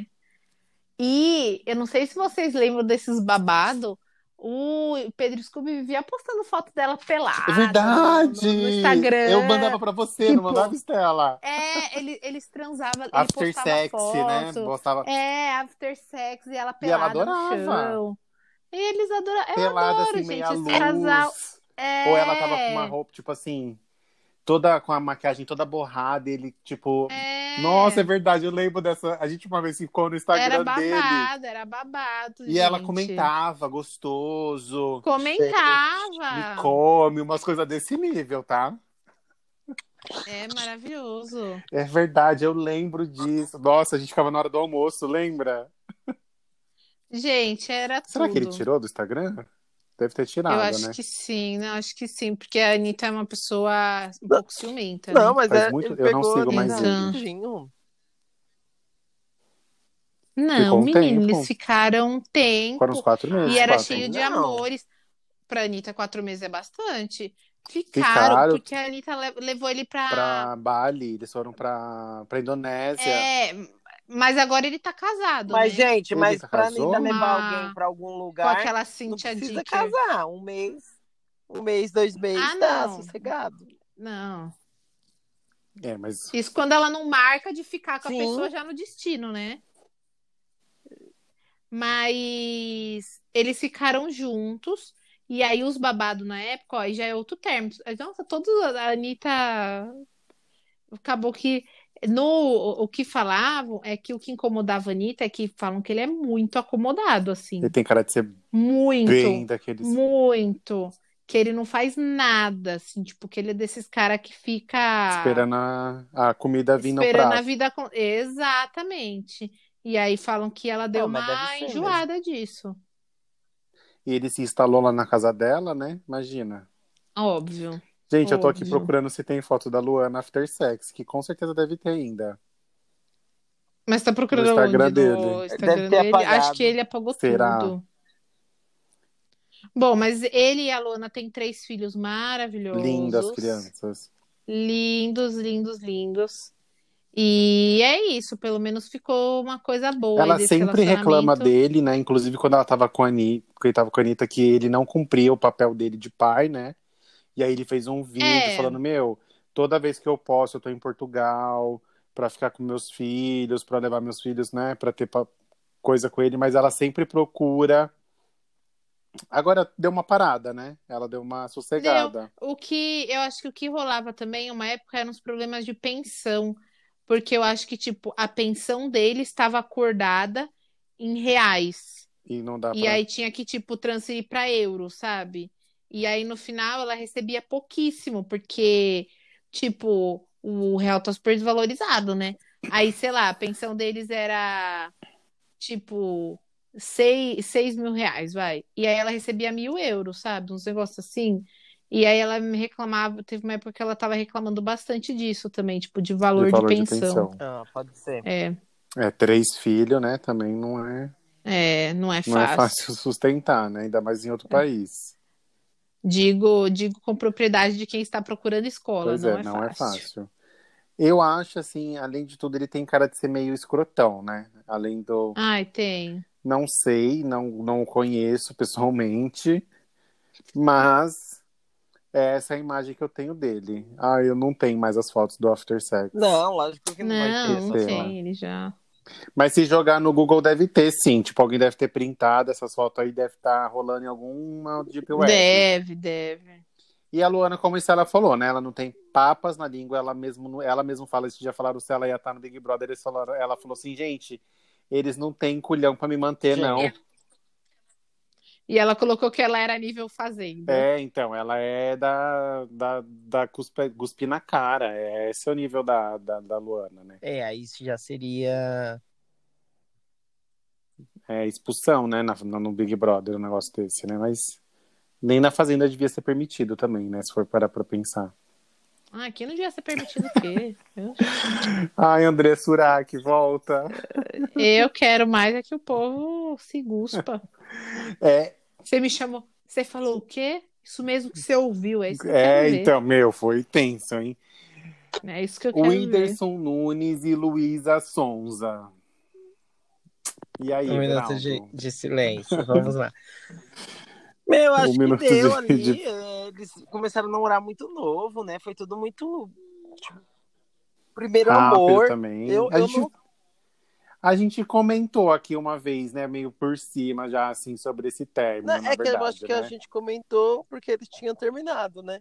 E eu não sei se vocês lembram desses babados. O Pedro Scooby vivia postando foto dela É pelada no, no, no verdade! Eu Instagram. mandava pra você, não mandava, Tipo, Estela? é, ele, eles transavam, ele After postava sexy, né? foto, Postava. é, after sex, e ela E ela pelada no adorava. chão. E eles adoram, eu Pelada, adoro, assim, meia gente, esse casal. luz. Ou ela tava com uma É, roupa, tipo assim, toda com a maquiagem toda borrada, ele, tipo. Nossa, é é, verdade, eu lembro dessa. A gente uma vez ficou no era Instagram dele. babado, era babado, E ela gente. comentava, gostoso, Comentava. me come, umas coisas desse nível, tá? É maravilhoso. É verdade, eu lembro disso. Nossa, a gente ficava na hora do almoço, lembra? Gente, era Será que ele tudo. tirou do Instagram? Deve ter Eu tirado, acho né? que sim, né? Acho que sim, porque a Anitta é uma pessoa um Não, pouco ciumenta, não, né? mas Faz é, muito. ele Eu não pegou sigo ali mais ele. Então, rapidinho. não, Ficou um menino, eles tempo. ficaram um Foram uns tempo quatro e meses, era Ai, quatro. cheio de não. amores. Pra Anitta, quatro meses é bastante. Ficaram, Ficaram porque a Anitta le- levou ele pra. pra Bali, eles foram pra, pra Indonésia. É, mas agora ele tá casado, Mas, né? gente, Ele mas pra Anitta casou? Com levar alguém a. pra algum Com lugar, aquela não Cynthia precisa Dicker. casar. Um mês, um mês, dois Ah, meses, dá, não. sossegado. Não. É, mas Isso quando ela não marca de ficar com a Sim, pessoa já no destino, né? Mas eles ficaram juntos. E aí os babados na época, ó, aí já é outro termo. Nossa, todos a Anitta acabou que no o que falavam é que o que incomodava a Anitta é que falam que ele é muito acomodado, ele assim. tem cara de ser bem Muito, daqueles. muito. Que ele não faz nada, assim, tipo, que ele é desses caras que fica Esperando a, a comida vir no esperando a prato. vida. acon- Exatamente. E aí falam que ela deu não, mas deve uma ser mesmo. enjoada disso. E ele se instalou lá na casa dela, né? Imagina. Óbvio, Gente, eu tô aqui óbvio. procurando se tem foto da Luana After Sex, que com certeza deve ter ainda. Mas tá No procurando Instagram onde? No dele. Ele deve Instagram ter dele? Acho que apagado. ele apagou Será? tudo. Bom, mas ele e a Luana têm três filhos Lindas maravilhosos. crianças. Lindos, lindos, lindos. E é isso, pelo menos ficou uma coisa boa aí Ela desse sempre reclama relacionamento. dele, né? Inclusive quando ela tava com a Anitta, quando ele tava com a Anitta, que ele não cumpria o papel dele de pai, né? E aí ele fez um vídeo É, falando, meu, toda vez que eu posso, eu tô em Portugal pra ficar com meus filhos, pra levar meus filhos, né, pra ter pa- coisa com ele, mas ela sempre procura. Agora deu uma parada, né? Ela deu uma deu. sossegada. O que eu acho que o que rolava também, uma época, eram os problemas de pensão. Porque eu acho que, tipo, a pensão dele estava acordada em reais. E não dá E pra. aí tinha que, tipo, transferir para euro, sabe? E aí no final ela recebia pouquíssimo, porque, tipo, o real tá super desvalorizado, né? Aí, sei lá, a pensão deles era, tipo, seis, seis mil reais, vai. E aí ela recebia mil euros, sabe? Uns negócios assim. E aí ela me reclamava, teve uma época que ela tava reclamando bastante disso também, tipo, de De valor de valor de pensão. pensão. Ah, pode ser. É, É, três filhos, né? Também não é, é, não é não é fácil. fácil sustentar, né? Ainda mais em outro país. Digo, digo com propriedade de quem está procurando escola, Pois não é, é não é fácil. fácil. Eu acho, assim, além de tudo, ele tem cara de ser meio escrotão, né? Além do... Ai, tem. Não sei, não, não o conheço pessoalmente, mas é essa a imagem que eu tenho dele. Ah, eu não tenho mais as fotos do After Sex. Não, lógico que não vai ter Não, essas não pena. fotos. tem, ele já. Mas se jogar no Google deve ter, sim. Tipo, alguém deve ter printado essas fotos aí, deve estar rolando em alguma Deep Web. Deve, deve. E a Luana, como isso ela falou, né? Ela não tem papas na língua, ela mesmo, ela mesmo fala, esse dia falaram se ela ia estar no Big Brother, eles falaram, ela falou assim, gente, eles não têm culhão pra me manter, Gente. não. E ela colocou que ela era nível fazenda. É, então, ela é da, da, da cuspe, cuspir na cara. É, esse é o nível da, da, da Luana, né? É, aí isso já seria. É expulsão, né? Na, no Big Brother, um negócio desse, né? Mas nem na Fazenda devia ser permitido também, né? Se for parar pra pensar. Ah, aqui não devia ser permitido o quê? Eu, Ai, André Surak, volta. eu quero mais é que o povo se guspa. É, Você me chamou. Você falou o quê? Isso mesmo que você ouviu, é isso que eu é quero ver. então, meu, foi tenso, hein? É isso que eu O quero Whindersson Nunes e Luísa Sonza. E aí, Um minuto Everaldo? de, de silêncio, vamos lá. Meu, acho Um que minuto deu de- ali. de- é, Eles começaram a namorar muito novo, né? Foi tudo muito. tipo, Primeiro Rápido amor. também. Eu, A eu gente, não. a gente comentou aqui uma vez, né? Meio por cima já, assim, sobre esse não, término, na É que eu acho verdade, que a né? gente comentou porque eles tinham terminado, né?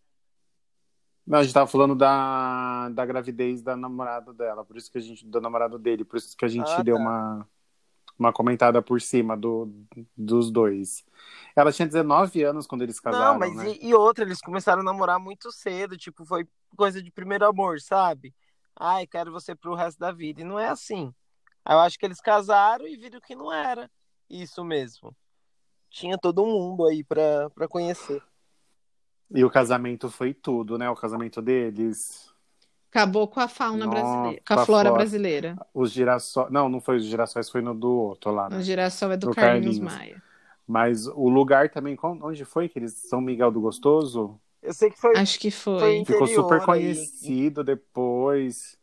Não, a gente tava falando da, da gravidez da namorada dela, por isso que a gente, do namorado dele, por isso que a gente Ah, deu tá. uma, uma comentada por cima do, dos dois. Ela tinha dezenove anos quando eles Não, casaram, mas né? e, e outra, eles começaram a namorar muito cedo, tipo, foi coisa de primeiro amor, sabe? Ai, quero você pro resto da vida. E não é assim. Aí eu acho que eles casaram e viram que não era isso mesmo. Tinha todo mundo aí pra, pra conhecer. E o casamento foi tudo, né? O casamento deles. Acabou com a fauna Nossa, brasileira, com a com a flora flora. brasileira. Os girassóis. Não, não foi os girassóis, foi no do outro lá, O né? girassol é do No Carlinhos Carlinhos. Maia. Mas o lugar também, onde foi que eles São Miguel do Gostoso? Eu sei que foi, Acho que foi foi. Ficou super interior aí. conhecido depois.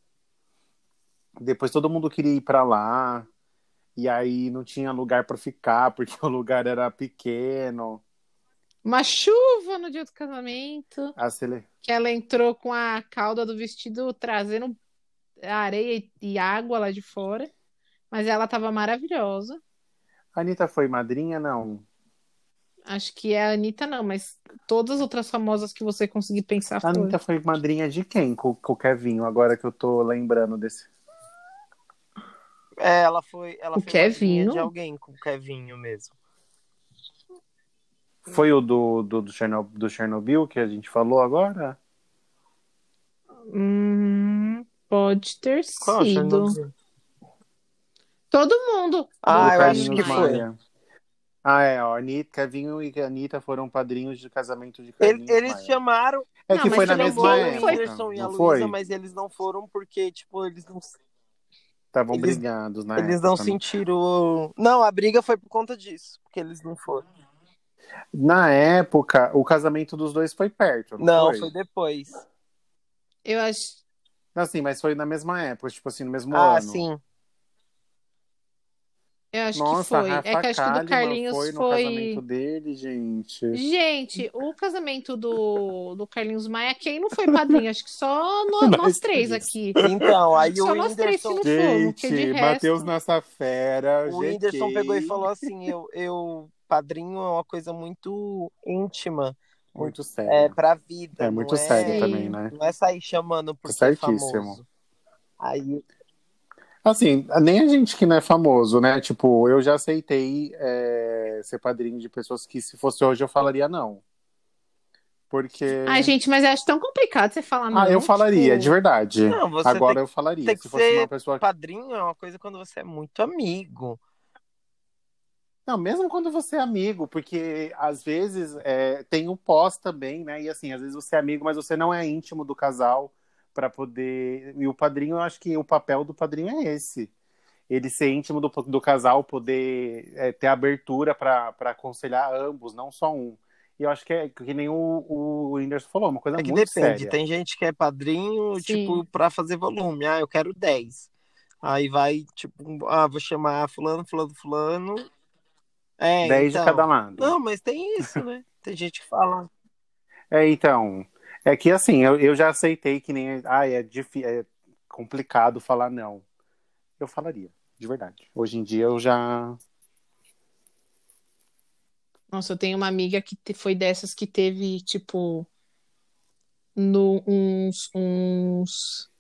Depois todo mundo queria ir pra lá. E aí não tinha lugar pra ficar, porque o lugar era pequeno. Uma chuva no dia do casamento, A sele... que ela entrou com a cauda do vestido trazendo areia e água lá de fora. Mas ela tava maravilhosa. A Anitta foi madrinha, não? Acho que é a Anitta, não, mas todas as outras famosas que você conseguir pensar A foram. Anitta foi madrinha de quem com, com o Kevinho? Agora que eu tô lembrando desse. É, ela foi, ela O foi madrinha Kevinho? de alguém com o Kevinho mesmo. Foi o do, do, do, Chernobyl, do Chernobyl que a gente falou agora? Hum, pode ter Qual? sido. Chernobyl? Todo mundo Ah, do eu acho Carlinhos que Maia. foi. Maia. Ah, é, ó, Anitta, Kevinho e Anitta foram padrinhos de casamento de Ele- Carlinhos eles Maia. chamaram. É Não, que mas foi na também mesma quem não época, foi- O Whindersson e a não Luísa, foi? mas eles não foram porque, tipo, eles não, Estavam eles- brigados na eles época. não né? sentiram. Não, a briga foi por conta disso, porque eles não foram. Na época, o casamento dos dois foi perto, não, Não, foi? foi depois. Eu acho. Assim, mas foi na mesma época, tipo assim, no mesmo Ah, ano. sim. Eu acho que Nossa, a foi. É Rafa que eu acho que o do Kalimann Carlinhos foi no foi. casamento dele, gente. Gente, o casamento do, do Carlinhos Maia, quem não foi padrinho? Acho que só no- nós Nós três três. aqui. Então, aí o Só nós três que Whindersson, não fomos, que de Gente, resto. Matheus Nossa Fera, o Whindersson pegou e G K. falou assim: eu, eu, padrinho é uma coisa muito íntima, Muito é sério. pra vida, É não muito é, sério Sim. também, né? não é sair chamando Tá porque é certíssimo. famoso. Aí, Assim, nem a gente que não é famoso, né? Tipo, eu já aceitei é, ser padrinho de pessoas que, se fosse hoje, eu falaria não. Porque. Ai, gente, mas eu acho tão complicado você falar não. Ah, eu falaria, tipo... de verdade. Não, você Agora tem- eu falaria. tem que Se fosse uma ser pessoa. padrinho é uma coisa quando você é muito amigo. Não, mesmo quando você é amigo, porque às vezes é, tem o pós também, né? E assim, às vezes você é amigo, mas você não é íntimo do casal para poder. E o padrinho, eu acho que o papel do padrinho é esse. Ele ser íntimo do, do casal, poder é, ter abertura para aconselhar ambos, não só um. E eu acho que é que nem o, o Whindersson falou, uma coisa É que muito depende, séria. tem gente que é padrinho, tipo, Sim. pra fazer volume. Ah, eu quero dez. Aí vai, tipo, ah, vou chamar fulano, fulano, fulano. É, Dez de cada então. lado. Não, mas tem isso, né? Tem gente que fala. É, então, é que assim, eu, eu já aceitei que nem. Ah, é, difí- é complicado falar não. Eu falaria, de verdade. Hoje em dia eu já. Nossa, eu tenho uma amiga que te- foi dessas que teve, tipo, no, uns, uns.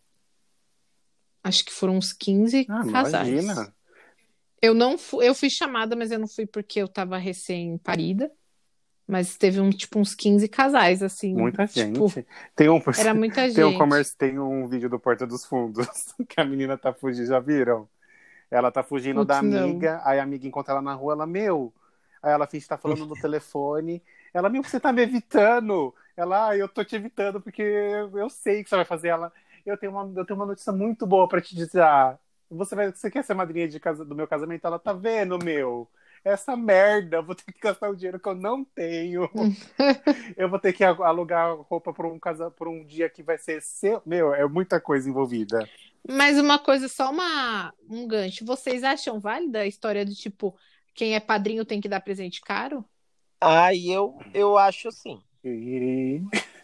Acho que foram uns quinze Ah, casais. imagina. Eu não fui, eu fui chamada, mas eu não fui porque eu tava recém-parida. Mas teve um, tipo, uns quinze casais, assim, Muita tipo, gente. Tem um, era muita tem um gente. comércio, tem um vídeo do Porta dos Fundos que a menina tá fugindo, já viram? Ela tá fugindo da Putz, não. amiga, aí a amiga encontra ela na rua, ela, meu. Aí ela finge que tá falando no telefone. Ela, meu, você tá me evitando. Ela, ah, eu tô te evitando porque eu sei que você vai fazer. Ela, eu tenho uma, eu tenho uma notícia muito boa pra te dizer. Ah, você, vai, você quer ser madrinha de casa, do meu casamento? Ela, tá vendo, meu? Essa merda, eu vou ter que gastar o dinheiro que eu não tenho. Eu vou ter que alugar roupa por um, casa, por um dia que vai ser seu. Meu, é muita coisa envolvida. Mas uma coisa, só uma, um gancho. Vocês acham válida a história do tipo, quem é padrinho tem que dar presente caro? Aí eu, eu acho assim. E-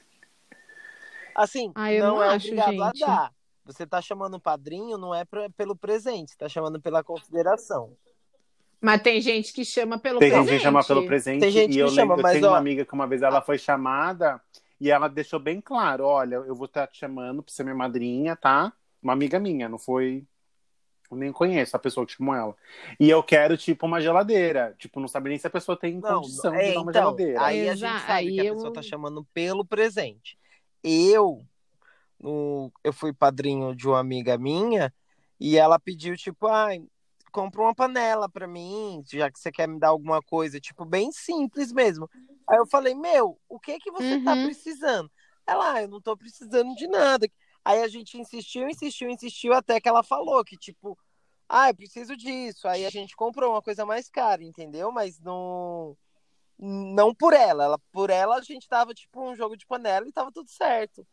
Assim, Ah, eu não não é acho, obrigado a gente. dar. Você tá chamando o padrinho, não é pra, pelo presente, você tá chamando pela consideração. Mas tem gente que chama pelo Tem Não, gente que chama pelo presente. tem presente e gente eu que chama, lembro, eu mas tenho uma ó, amiga que uma vez a- ela foi chamada e ela deixou bem claro, olha, eu vou estar te chamando pra ser minha madrinha, tá? Uma amiga minha, não foi, eu nem conheço a pessoa que chamou ela. E eu quero tipo uma geladeira, tipo, não sabe nem se a pessoa tem não, condição de é, dar uma então, geladeira. aí a Exa gente sabe que aí a pessoa tá eu. chamando pelo presente. Eu, no, eu fui padrinho de uma amiga minha e ela pediu, tipo, ai, compra uma panela pra mim, já que você quer me dar alguma coisa, tipo, bem simples mesmo. Aí eu falei, meu, o que que você tá Uhum. precisando? Ela, ah, eu não tô precisando de nada. Aí a gente insistiu, insistiu, insistiu, até que ela falou que, tipo, ah, eu preciso disso. Aí a gente comprou uma coisa mais cara, entendeu? Mas não, não por ela. ela. Por ela a gente tava, tipo, um jogo de panela e tava tudo certo.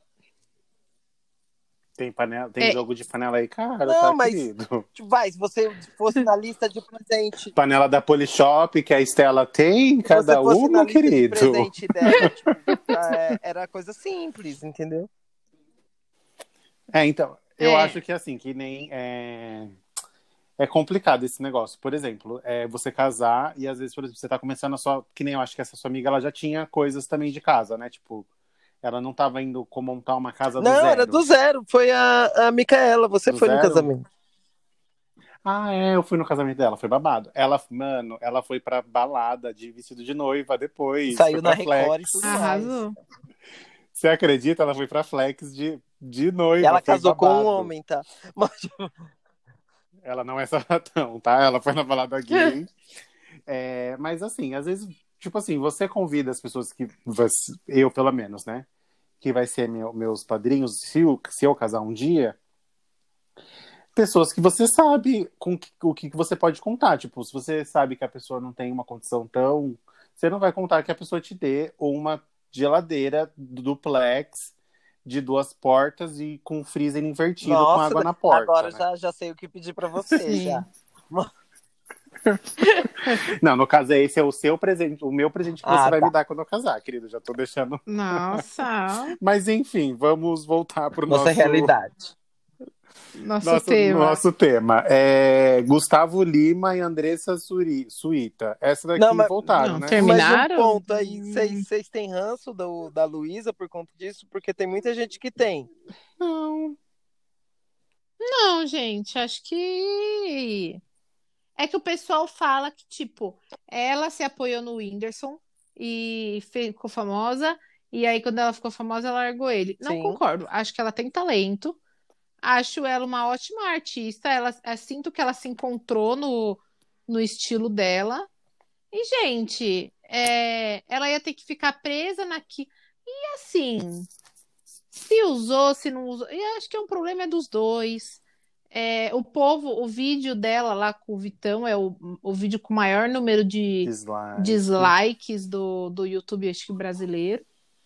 Tem panela, tem É, jogo de panela aí, cara, Não, tá, mas querido? tipo, vai, se você fosse na lista de presente, Panela da Polishop que a Estela tem, se você cada fosse na uma, lista de querido. presente dela, tipo, é, era coisa simples, entendeu? É, então, eu acho é. que assim, que nem é, é complicado esse negócio. Por exemplo, é você casar e às vezes, por exemplo, você tá começando a sua. Que nem eu acho que essa sua amiga ela já tinha coisas também de casa, né? Tipo, ela não tava indo com montar uma casa do Não, era do zero. zero. Foi a, a Micaela, você Do foi no zero? casamento. Ah, é, eu fui no casamento dela, foi babado. Ela, mano, ela foi pra balada de vestido de noiva depois, foi Saiu na pra Record Flex. e tudo mais. Arrasou. Você acredita? Ela foi pra Flex de, de E noiva, ela foi casou com um babado. homem, tá? Mas, Ela não é sapatão, tá? Ela foi na balada gay. É, mas assim, às vezes, tipo assim, você convida as pessoas que. você- Eu, pelo menos, né? Que vai ser meu- meus padrinhos, se eu, se eu casar um dia, pessoas que você sabe com que- o que, que você pode contar. Tipo, se você sabe que a pessoa não tem uma condição tão. Você não vai contar que a pessoa te dê uma geladeira duplex de duas portas e com freezer invertido com nossa, água na porta, agora né? já, já sei o que pedir pra você, já. Sim. Não, no caso, esse é o seu presente, o meu presente que você Ah, vai me tá. dar quando eu casar, querido. Já tô deixando. Nossa, Mas enfim, vamos voltar pro Nossa nosso, realidade. nosso nosso, tema. nosso tema. É Gustavo Lima e Andressa Suri, Suíta. Essa Não, daqui mas, voltaram, Não, né? mas um terminaram? ponto aí. Hum, Vocês têm ranço do, da Luísa por conta disso? Porque tem muita gente que tem. Não. Não, gente, acho que é que o pessoal fala que, tipo, ela se apoiou no Whindersson e fe- ficou famosa, e aí quando ela ficou famosa, ela largou ele. Não Sim. concordo. Acho que ela tem talento. Acho ela uma ótima artista. Ela, eu sinto que ela se encontrou no, no estilo dela. E, gente, é, ela ia ter que ficar presa naqui. E assim, se usou, se não usou. E acho que é um problema é dos dois. É, o povo, o vídeo dela lá com o Vitão é o, o vídeo com o maior número de Dislike. dislikes do, do YouTube, acho que brasileiro.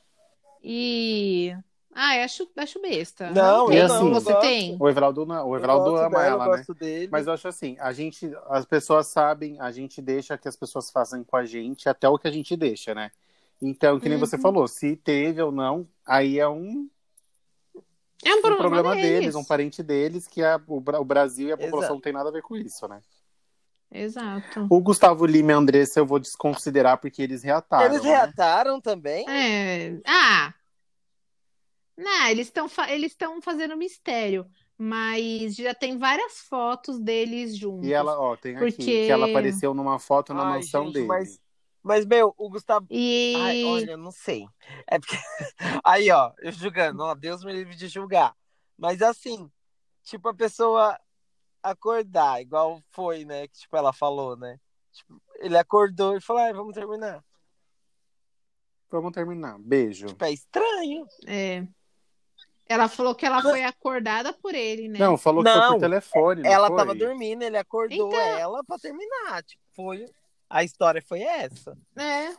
E. Ah, eu acho, acho besta. Não Não, E eu tem. não, assim, eu Você gosto. tem? o Everaldo, não- o Eu Everaldo gosto ama dela, eu ela, né? gosto dele. Mas eu acho assim, a gente, as pessoas sabem, a gente deixa que as pessoas façam com a gente até o que a gente deixa, né? Então, que nem você Uhum. falou, se teve ou não, aí é um, É um um problema problema deles, um deles. parente deles, que a, o, Bra- o Brasil e a população Exato. não tem nada a ver com isso, né? Exato. O Gustavo Lima e a Andressa eu vou desconsiderar porque eles Eles reataram, né? reataram também? É. Ah, não, eles estão eles estão fazendo mistério, mas já tem várias fotos deles E ela, juntos. ó, tem aqui, que ela Porque. apareceu numa foto na Ai, mansão gente, dele. mas, mas meu, o Gustavo. Ai, E. olha, eu não sei. É porque. Aí, ó, eu julgando, ó, Deus me livre de julgar. Mas assim, tipo, a pessoa acordar, igual foi, né? Que tipo, ela falou, né? Tipo, ele acordou e falou, ai, vamos terminar. Vamos terminar. Beijo. Tipo, é estranho. É, ela falou que ela foi acordada por ele, né? Não, falou que foi por Não, telefone, não ela tava foi? dormindo, ele acordou Então, ela pra terminar. Tipo, foi. A história foi essa. é.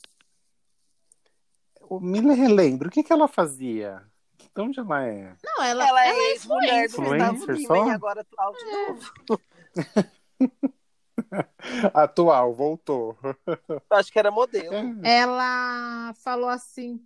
O- Me relembro, o que que ela fazia? De onde ela é? Não, ela, Ela ela é é ex-mulher do influencer, né? Gustavo Influencer Lima e só? agora atual de novo. Atual, voltou. Eu acho que era modelo. É, Ela falou assim.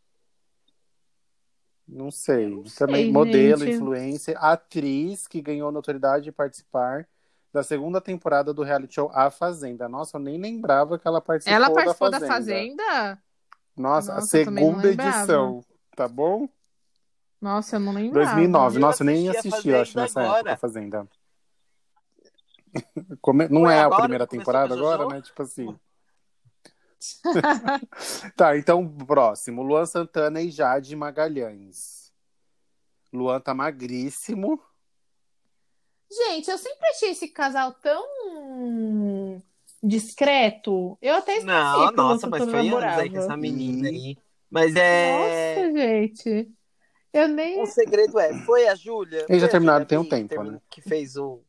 não Eu sei. não Também sei, modelo, gente. influencer, atriz que ganhou notoriedade de participar da segunda temporada do reality show A Fazenda. Nossa, eu nem lembrava que ela Ela participou da participou da Fazenda. Fazenda? Nossa, a Nossa, eu também não segunda lembrava. edição, tá bom? Nossa, eu não lembrava. dois mil e nove. Eu Nossa, eu nem assisti a assisti, eu acho, Fazenda nessa época, a agora. Fazenda. Come- Não Foi é a agora primeira que começou com a temporada agora, JoJo? né? Tipo assim. Tá, então, próximo. Luan Santana e Jade Magalhães. Luan tá magríssimo. Gente, eu sempre achei esse casal tão discreto. Eu até esquecia Não, que o Luan nossa, mas Santana foi anos aí com namorava. essa menina E aí. Mas é. Nossa, gente. Eu O nem. segredo é, foi a Júlia? eles já Foi a terminaram Júlia tem um Mi que, tempo, né? termin... que fez o.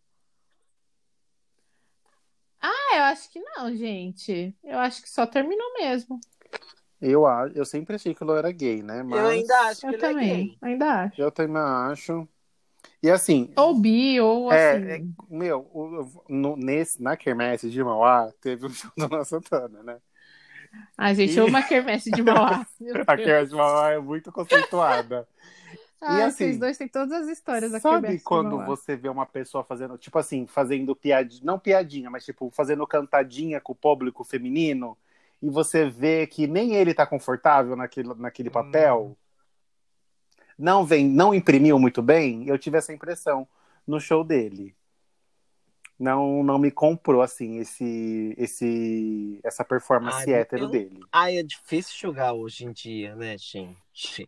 Ah, eu acho que não, gente. Eu acho que só terminou mesmo. Eu, a- eu sempre achei que o Luan era gay, né? Eu ainda Mas acho que Eu ele é também, gay. ainda acho. eu também acho. E assim, Ou bi, ou é, é- assim. meu, o- no, nesse, na Quermesse de Mauá, teve o show do Luan Santana, né? A gente, E uma quermesse de Mauá. Meu a Deus. Quermesse de Mauá é muito conceituada. E Ai, vocês assim, dois têm todas as histórias da sabe quermesse de quando Mauá. você vê uma pessoa fazendo, tipo assim, fazendo piadinha, não piadinha, mas tipo, fazendo cantadinha com o público feminino, e você vê que nem ele tá confortável naquele, naquele Hum. papel, não vem, não imprimiu muito bem, eu tive essa impressão no show dele. Não, não me comprou, assim, esse, esse, essa Ai, performance hétero eu... dele. Ai, é difícil julgar hoje em dia, né, gente?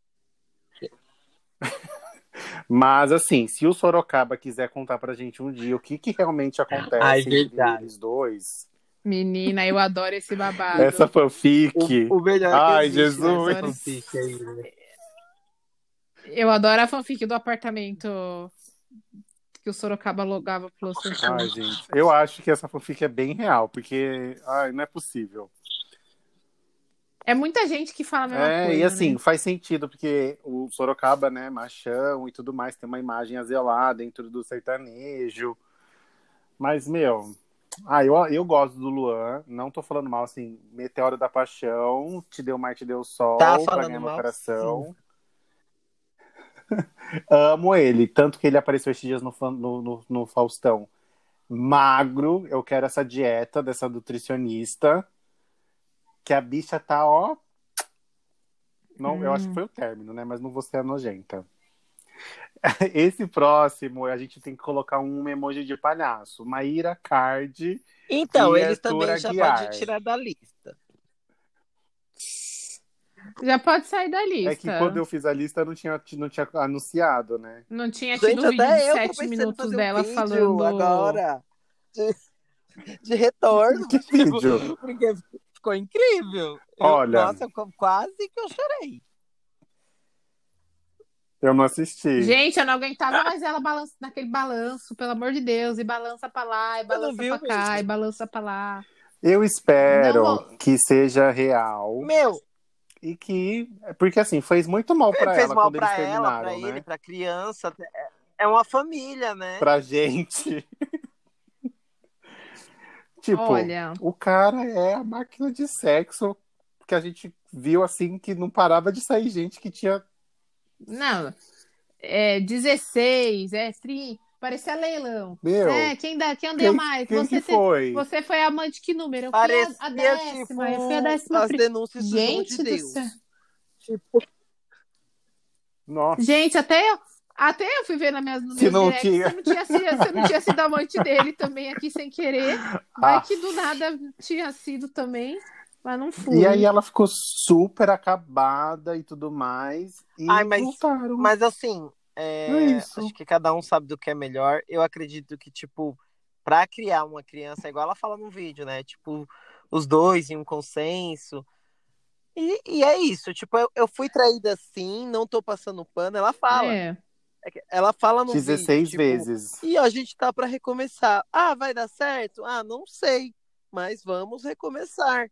Mas, assim, se o Sorocaba quiser contar pra gente um dia o que, que realmente Ai, acontece entre verdade. eles dois, Menina, eu adoro esse essa babado. fanfic. O, o melhor que Ai, existe Eu nessa Jesus. adoro, fanfic aí, né? eu adoro a fanfic do apartamento que o Sorocaba alugava pro Santana. Ai, gente. Eu acho que essa fanfic é bem real, porque. Ai, não é possível. É muita gente que fala a mesma É, e coisa, assim, né? faz sentido, porque o Sorocaba, né, machão e tudo mais, tem uma imagem a zelar dentro do sertanejo. Mas, meu. Ah, eu, eu gosto do Luan, não tô falando mal, assim, Meteoro da Paixão, Te Deu Mar, Te Deu Tá Sol, Pra Ganhar falando Meu mal, sim. Coração. Amo ele, tanto que ele apareceu esses dias no, fan- no, no, no Faustão. Magro, eu quero essa dieta dessa nutricionista, que a bicha tá, ó. Não, eu acho que Hum. foi o término, né? Mas não vou ser a nojenta. Esse próximo, a gente tem que colocar um emoji de palhaço. Maíra Card Então, e eles Arthur também já podem Aguiar. tirar da lista. Já pode sair da É que quando lista. eu fiz a lista, não tinha, não tinha anunciado, né? Não tinha tido Gente, o vídeo de até eu tô sete pensando em minutos fazer um dela vídeo falando. agora de, de retorno, Que tipo, vídeo? porque ficou incrível. Eu, Olha, nossa, eu qu- quase que eu chorei. Eu não assisti. Gente, eu não aguentava mais ela balança, naquele balanço, pelo amor de Deus, e balança pra lá, e Você não balança viu, pra cá, e amiga? balança pra lá. Eu Não espero vou. que seja real Meu, e que. Porque assim, fez muito mal pra fez ela mal quando eles pra ela, pra terminaram, ele, né? pra criança. É uma família, né? Pra gente. Tipo, Olha, o cara é a máquina de sexo que a gente viu assim que não parava de sair gente que tinha. não, é dezesseis, é trinta, parecia leilão. Meu, É, quem dá, quem deu quem, mais? quem que Você, te, foi? você foi amante que número? Eu fui a, a Parecia, décima, eu fui a tipo, décima as primeira. denúncias do João de Gente do céu. Deus. Tipo, Nossa, Gente, até eu, até eu fui ver nas minhas, nos se meus não directs se eu tinha. não tinha sido, se eu não tinha sido amante dele também aqui sem querer. Vai Ah, que do nada tinha sido também, mas não e aí fui. ela ficou super acabada e tudo mais. ai, E mas, voltaram. mas assim, É é, acho isso. que cada um sabe do que é melhor. Eu acredito que, tipo, pra criar uma criança, é igual ela fala no vídeo, né? Tipo, os dois em um consenso. E, e é isso, tipo, eu, eu fui traída assim, não tô passando pano, ela fala. É, É que ela fala no vídeo, dezesseis tipo, vezes. e a gente tá pra recomeçar. Ah, vai dar certo? Ah, não sei, mas vamos recomeçar.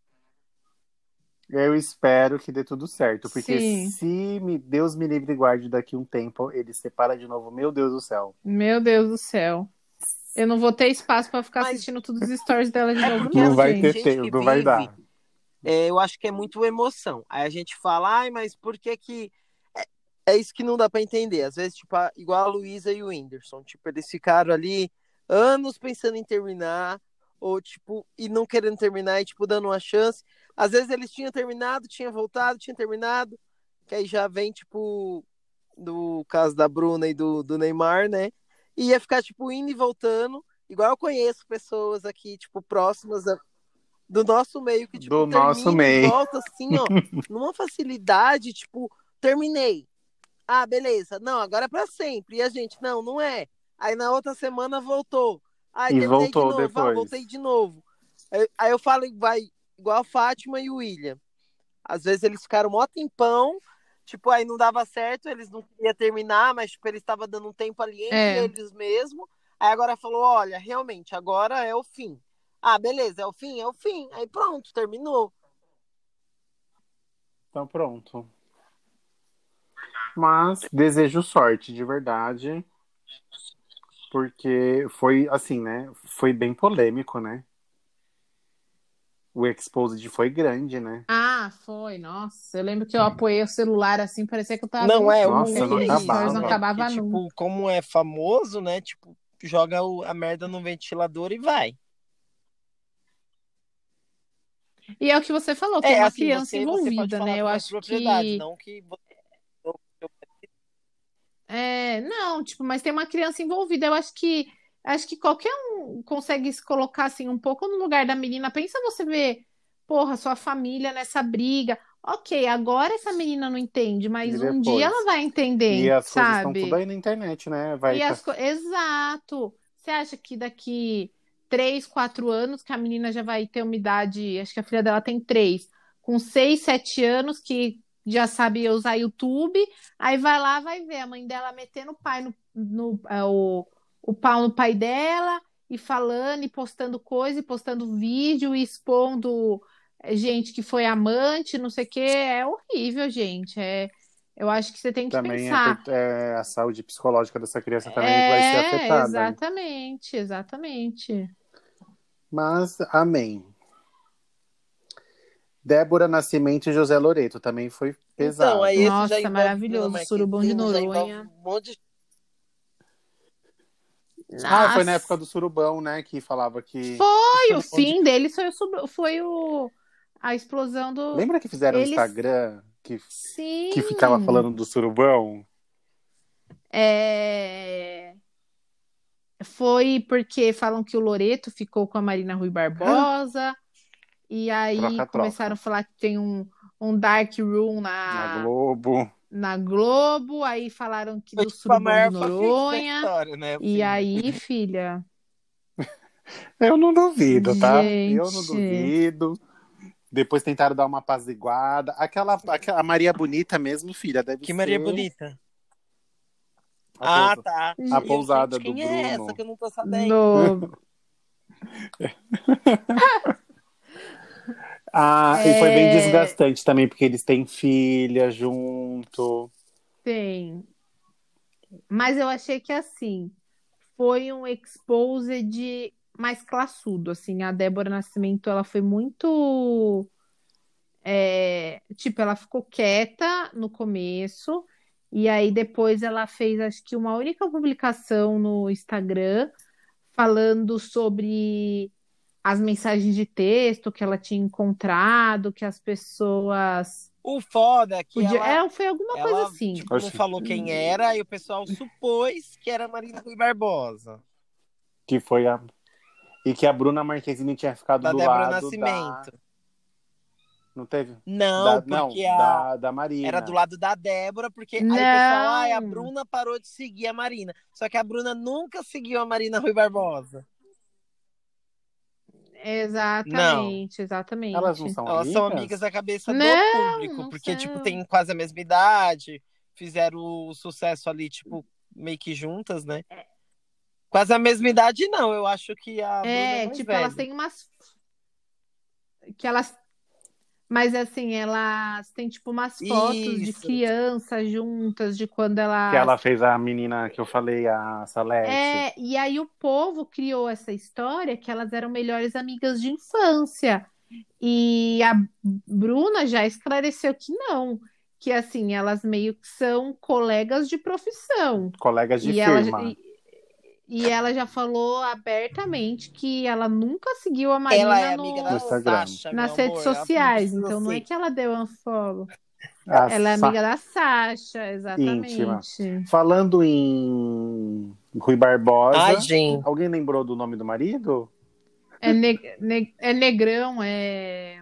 Eu espero que dê tudo certo, porque sim. se me, Deus me livre e guarde daqui um tempo, ele separa de novo, meu Deus do céu. Meu Deus do céu. Eu não vou ter espaço pra ficar Mas assistindo todos os stories dela de é novo, porque, Não não, vai assim, ter gente gente. tempo, que não vai vive, dar. é, eu acho que é muito emoção. Aí a gente fala, ai, mas por que que. É, é isso que não dá pra entender. Às vezes, tipo, a- igual a Luísa e o Whindersson, tipo, eles ficaram ali anos pensando em terminar, ou, tipo, e não querendo terminar, e, tipo, dando uma chance. Às vezes eles tinham terminado, tinham voltado, tinham terminado, que aí já vem, tipo, do caso da Bruna e do, do Neymar, né? E ia ficar, tipo, indo e voltando. Igual eu conheço pessoas aqui, tipo, próximas a- do nosso meio que, tipo, Do nosso termina e meio. volta assim, ó, numa facilidade, tipo, terminei. Ah, beleza. Não, agora é pra sempre. E a gente, não, não é. Aí na outra semana voltou. Aí E terminei de voltou novo. Ah, depois. voltei de novo. Aí, aí eu falo, vai, igual a Fátima e o William. Às vezes eles ficaram mó tempão, tipo, aí não dava certo, eles não queriam terminar, mas tipo, eles estavam dando um tempo ali entre É. eles mesmo. Aí agora falou, olha, realmente, agora é o fim. Ah, beleza, é o fim? É o fim. Aí pronto, terminou. Então pronto. Mas desejo sorte, de verdade. Porque foi assim, né? Foi bem polêmico, né? O Exposed foi grande, né? Ah, foi, nossa. Eu lembro que eu apoiei o celular assim, parecia que eu tava vendo Não um é, o filme, que Nossa, não ruim é aqueles isso, stories não né? acabava. Porque, acabavam nunca. tipo, como é famoso, né? Tipo, joga o- a merda no ventilador e vai. E é o que você falou, tem É, uma assim, criança você, você pode envolvida, falar né? com Eu mais acho propriedade, que. não que você. É, não, tipo, mas tem uma criança envolvida. Eu acho que acho que qualquer um consegue se colocar assim um pouco no lugar da menina. Pensa você ver, porra, sua família nessa briga. Ok, agora essa menina não entende, E mas um dia ela depois? vai E entender, as coisas estão tudo sabe? aí na internet, né? Vai E tá... as coisas. Exato. Você acha que daqui três, quatro anos, que a menina já vai ter uma idade, acho que a filha dela tem três, com seis, sete anos, que já sabe usar YouTube, aí vai lá, vai ver a mãe dela metendo o pai no, no é, o, o pau no pai dela, e falando, e postando coisa, e postando vídeo, e expondo é, gente que foi amante, não sei o quê. É horrível, gente. É, eu acho que você tem que também é, pensar. per- é, a saúde psicológica dessa criança também vai ser É, afetada. exatamente, exatamente. Mas, amém. Débora Nascimento e José Loreto também foi Então, aí pesado. esse já Nossa, envolve Bruna maravilhoso, surubão de Marquezine, já envolve Noronha. um monte de. Ah, foi na época Nossa, do Surubão, né? Que falava que. foi o Surubão de. fim deles, foi o, sub- foi o a explosão do Lembra que fizeram um eles. Instagram que, que ficava Sim, falando do Surubão? é, foi porque falam que o Loreto ficou com a Marina Rui Barbosa, e aí começaram a Troca-troca. falar que tem um, um dark room Na na, Globo. na Globo, aí falaram que Foi do tipo a surubão de maior fanfic da Noronha, história, né? O e fim, né? aí, filha. Eu não duvido, tá? Eu não Gente, duvido. Depois tentaram dar uma apaziguada. Aquela, aquela a Maria Bonita mesmo, filha, deve Que Maria ser. Bonita. Ah, pousa- tá. a E eu, pousada gente, do quem é Bruno. essa que eu não tô sabendo? No... Ah, e foi bem É, desgastante também, porque eles têm filha junto. tem. Mas eu achei que assim, foi um exposed mais classudo, assim. A Débora Nascimento, ela foi muito, é, tipo, ela ficou quieta no começo e aí depois ela fez, acho que uma única publicação no Instagram falando sobre as mensagens de texto que ela tinha encontrado, que as pessoas O foda é que podiam. ela, É, foi alguma coisa ela, assim. tipo, não Acho falou quem era e o pessoal supôs que era Marina Rui Barbosa, que foi a. E que a Bruna Marquezine tinha ficado da do Débora lado da. Nascimento. Não teve? Não, Da... Não, porque a da, da era do Marina. lado da Débora, porque aí o pessoal, ai, a Não, Bruna parou de seguir a Marina. Só que a Bruna nunca seguiu a Marina Rui Barbosa. Não. exatamente, Elas não exatamente. são Elas são amigas amigas? da cabeça do Não, público, não porque, tipo, são. tem quase a mesma idade, fizeram o sucesso ali, tipo, meio que juntas, né? Quase a mesma idade, não. Eu acho que a Bruna é É, mais tipo, elas velha. têm umas que elas, mas assim, elas têm tipo umas fotos de Isso. criança juntas, de quando Que ela elas. fez a menina que eu falei, a Salete. É, e aí o povo criou essa história que elas eram melhores amigas de infância. E a Bruna já esclareceu que não, que assim, elas meio que são colegas de profissão. Colegas de E ela, firma. e, e ela já falou abertamente que ela nunca seguiu a Ela é Marina amiga No da no, Instagram. Sasha, meu nas redes amor. Ela não sociais. precisa Então não é ser que ela deu um follow. A Ela é Sa- amiga da Sasha, íntima. exatamente. Falando em Rui Ai, Barbosa, gente. alguém lembrou do nome do marido? É, ne, ne- é Negrão, é,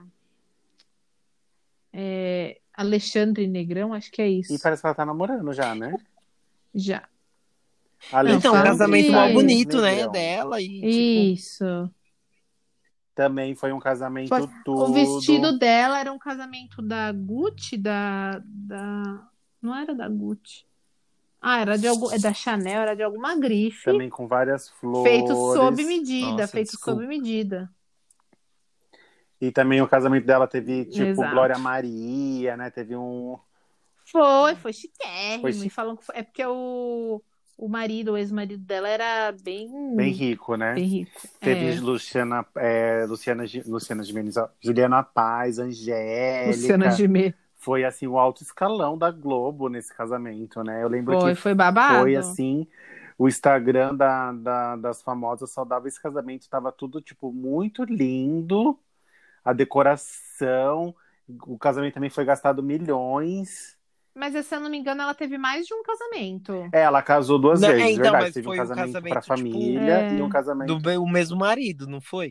é Alexandre Negrão, acho que é E isso. parece que ela tá namorando já, né? Já. Não, Então, um falam Alexandre casamento mal que. Salles bonito, né? Negrão. Dela e, tipo, Isso. Também foi um Foi- casamento O tudo. vestido dela era um casamento da Gucci, da, da... Não era da Gucci. Ah, era de algum... é da Chanel, era de alguma grife. Também com várias Feito sob flores. medida, nossa, feito sob desculpa. medida. E também o casamento dela teve, tipo, Glória Exato. Maria, né? Teve um. Foi, foi Foi chiquérrimo. E chi- falam que foi... É porque o, o marido, o ex-marido dela era bem, bem rico, né? bem rico. Teve É, Luciana, é, Luciana, Gi- Luciana Gimenez, ó, Juliana Paz, Luciana Angélica. Gimenez. Foi, assim, o alto escalão da Globo nesse casamento, né? Eu lembro que Foi, foi foi, babado. assim, o Instagram da, da- das famosas só dava esse casamento. Tava tudo, tipo, muito lindo. A decoração. O casamento também foi gastado milhões. Mas, se eu não me engano, ela teve mais de um casamento. É, ela casou duas Não, é, vezes, então, verdade. mas Teve um foi o casamento pra casamento, tipo, família e um É. do casamento. be- o mesmo marido, não foi?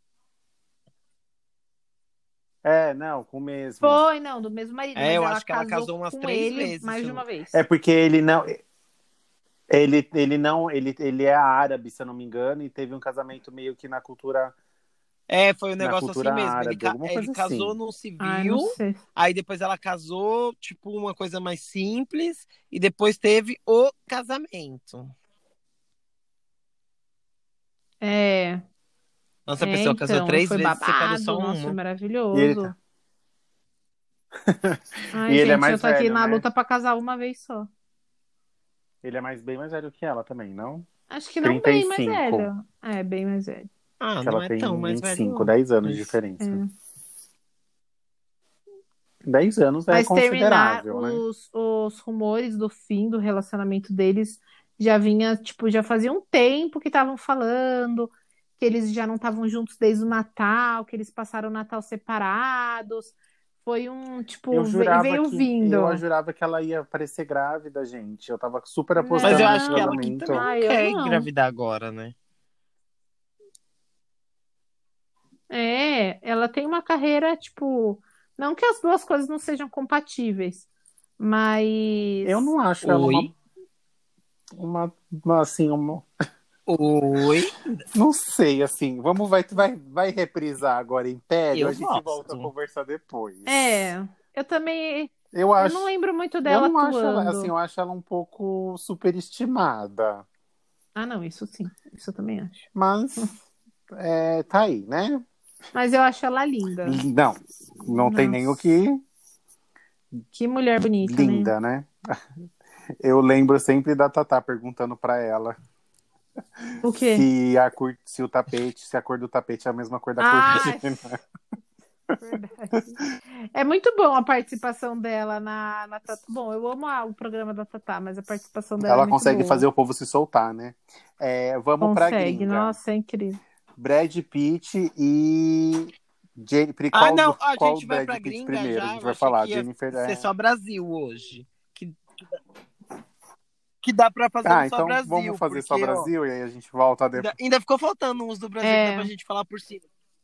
É, não, com o mesmo. Foi, não, do mesmo marido, É, mas eu ela acho que ela casou casou umas com três ele vezes. mais se de eu uma não- vez. É porque ele não. Ele, ele não. Ele, ele é árabe, se eu não me engano, e teve um casamento meio que na cultura. É, foi um Na negócio assim cultura mesmo. Ele, árabe, ca- alguma ele coisa casou assim. no Ai, civil, não sei. aí depois ela casou, tipo, uma coisa mais simples, e depois teve o casamento. É, Nossa, a é, pessoa casou então, três foi vezes, separou babado, só nossa, foi uma. E ele, maravilhoso. tá- e Ai, ele é gente, eu mais tô aqui velho, na né? luta pra casar uma vez só. Ele é mais, bem mais velho que ela também, não? Acho que não trinta e bem mais cinco velho. É, bem mais velho. Ah, Que não ela é tem tão mais vinte e velho, cinco não. dez anos de Mas diferença. É. dez anos é Mas terminar considerável, né? os, os rumores do fim do relacionamento deles já vinha, tipo, já fazia um tempo que estavam falando que eles já não estavam juntos desde o Natal, que eles passaram o Natal separados. Foi um, tipo, Eu ve- jurava veio que eu vindo. jurava que ela ia parecer grávida, gente. Eu tava super Mas eu apostando acho nesse que ela que Não, casamento. também não ah, eu quer não. engravidar agora, né? É, ela tem uma carreira, tipo, não que as duas coisas não sejam compatíveis, mas Eu não acho ela Oi? uma, uma, uma, assim, uma, Oi? não sei, assim. Vamos vai, vai, vai reprisar agora Império. Eu A gente volta a gosto. conversar depois. é, eu também Eu Eu acho. não lembro muito Eu dela não acho ela, assim, atuando. eu acho ela um pouco superestimada. Ah, não, isso sim. Isso eu também acho. Mas é, tá aí, né? Mas eu acho ela linda. Não, não tem nem o Nossa, que. que mulher bonita, né? Linda, né? Eu lembro sempre da Tatá perguntando pra ela O quê? se, a cor, se o tapete, se a cor do tapete é a mesma cor da Ah, cortina. verdade. É muito bom a participação dela na, na Tatá. Bom, eu amo a- o programa da Tatá, mas a participação dela é Ela muito consegue boa. fazer o povo se soltar, né? É, vamos pra Consegue, gringa. nossa, é incrível. Brad Pitt e Jennifer. Ah, Qual, não, do, a qual gente vai Brad pra Pitt gringa primeiro? A já. gente Eu vai achei falar. que ia Jennifer ser é... só Brasil hoje. Que, que dá pra fazer um Ah, só então vamos Brasil, fazer só porque, ó, Brasil e aí a gente volta ainda, depois. ainda ficou faltando uns do Brasil que dá pra É, gente falar por cima.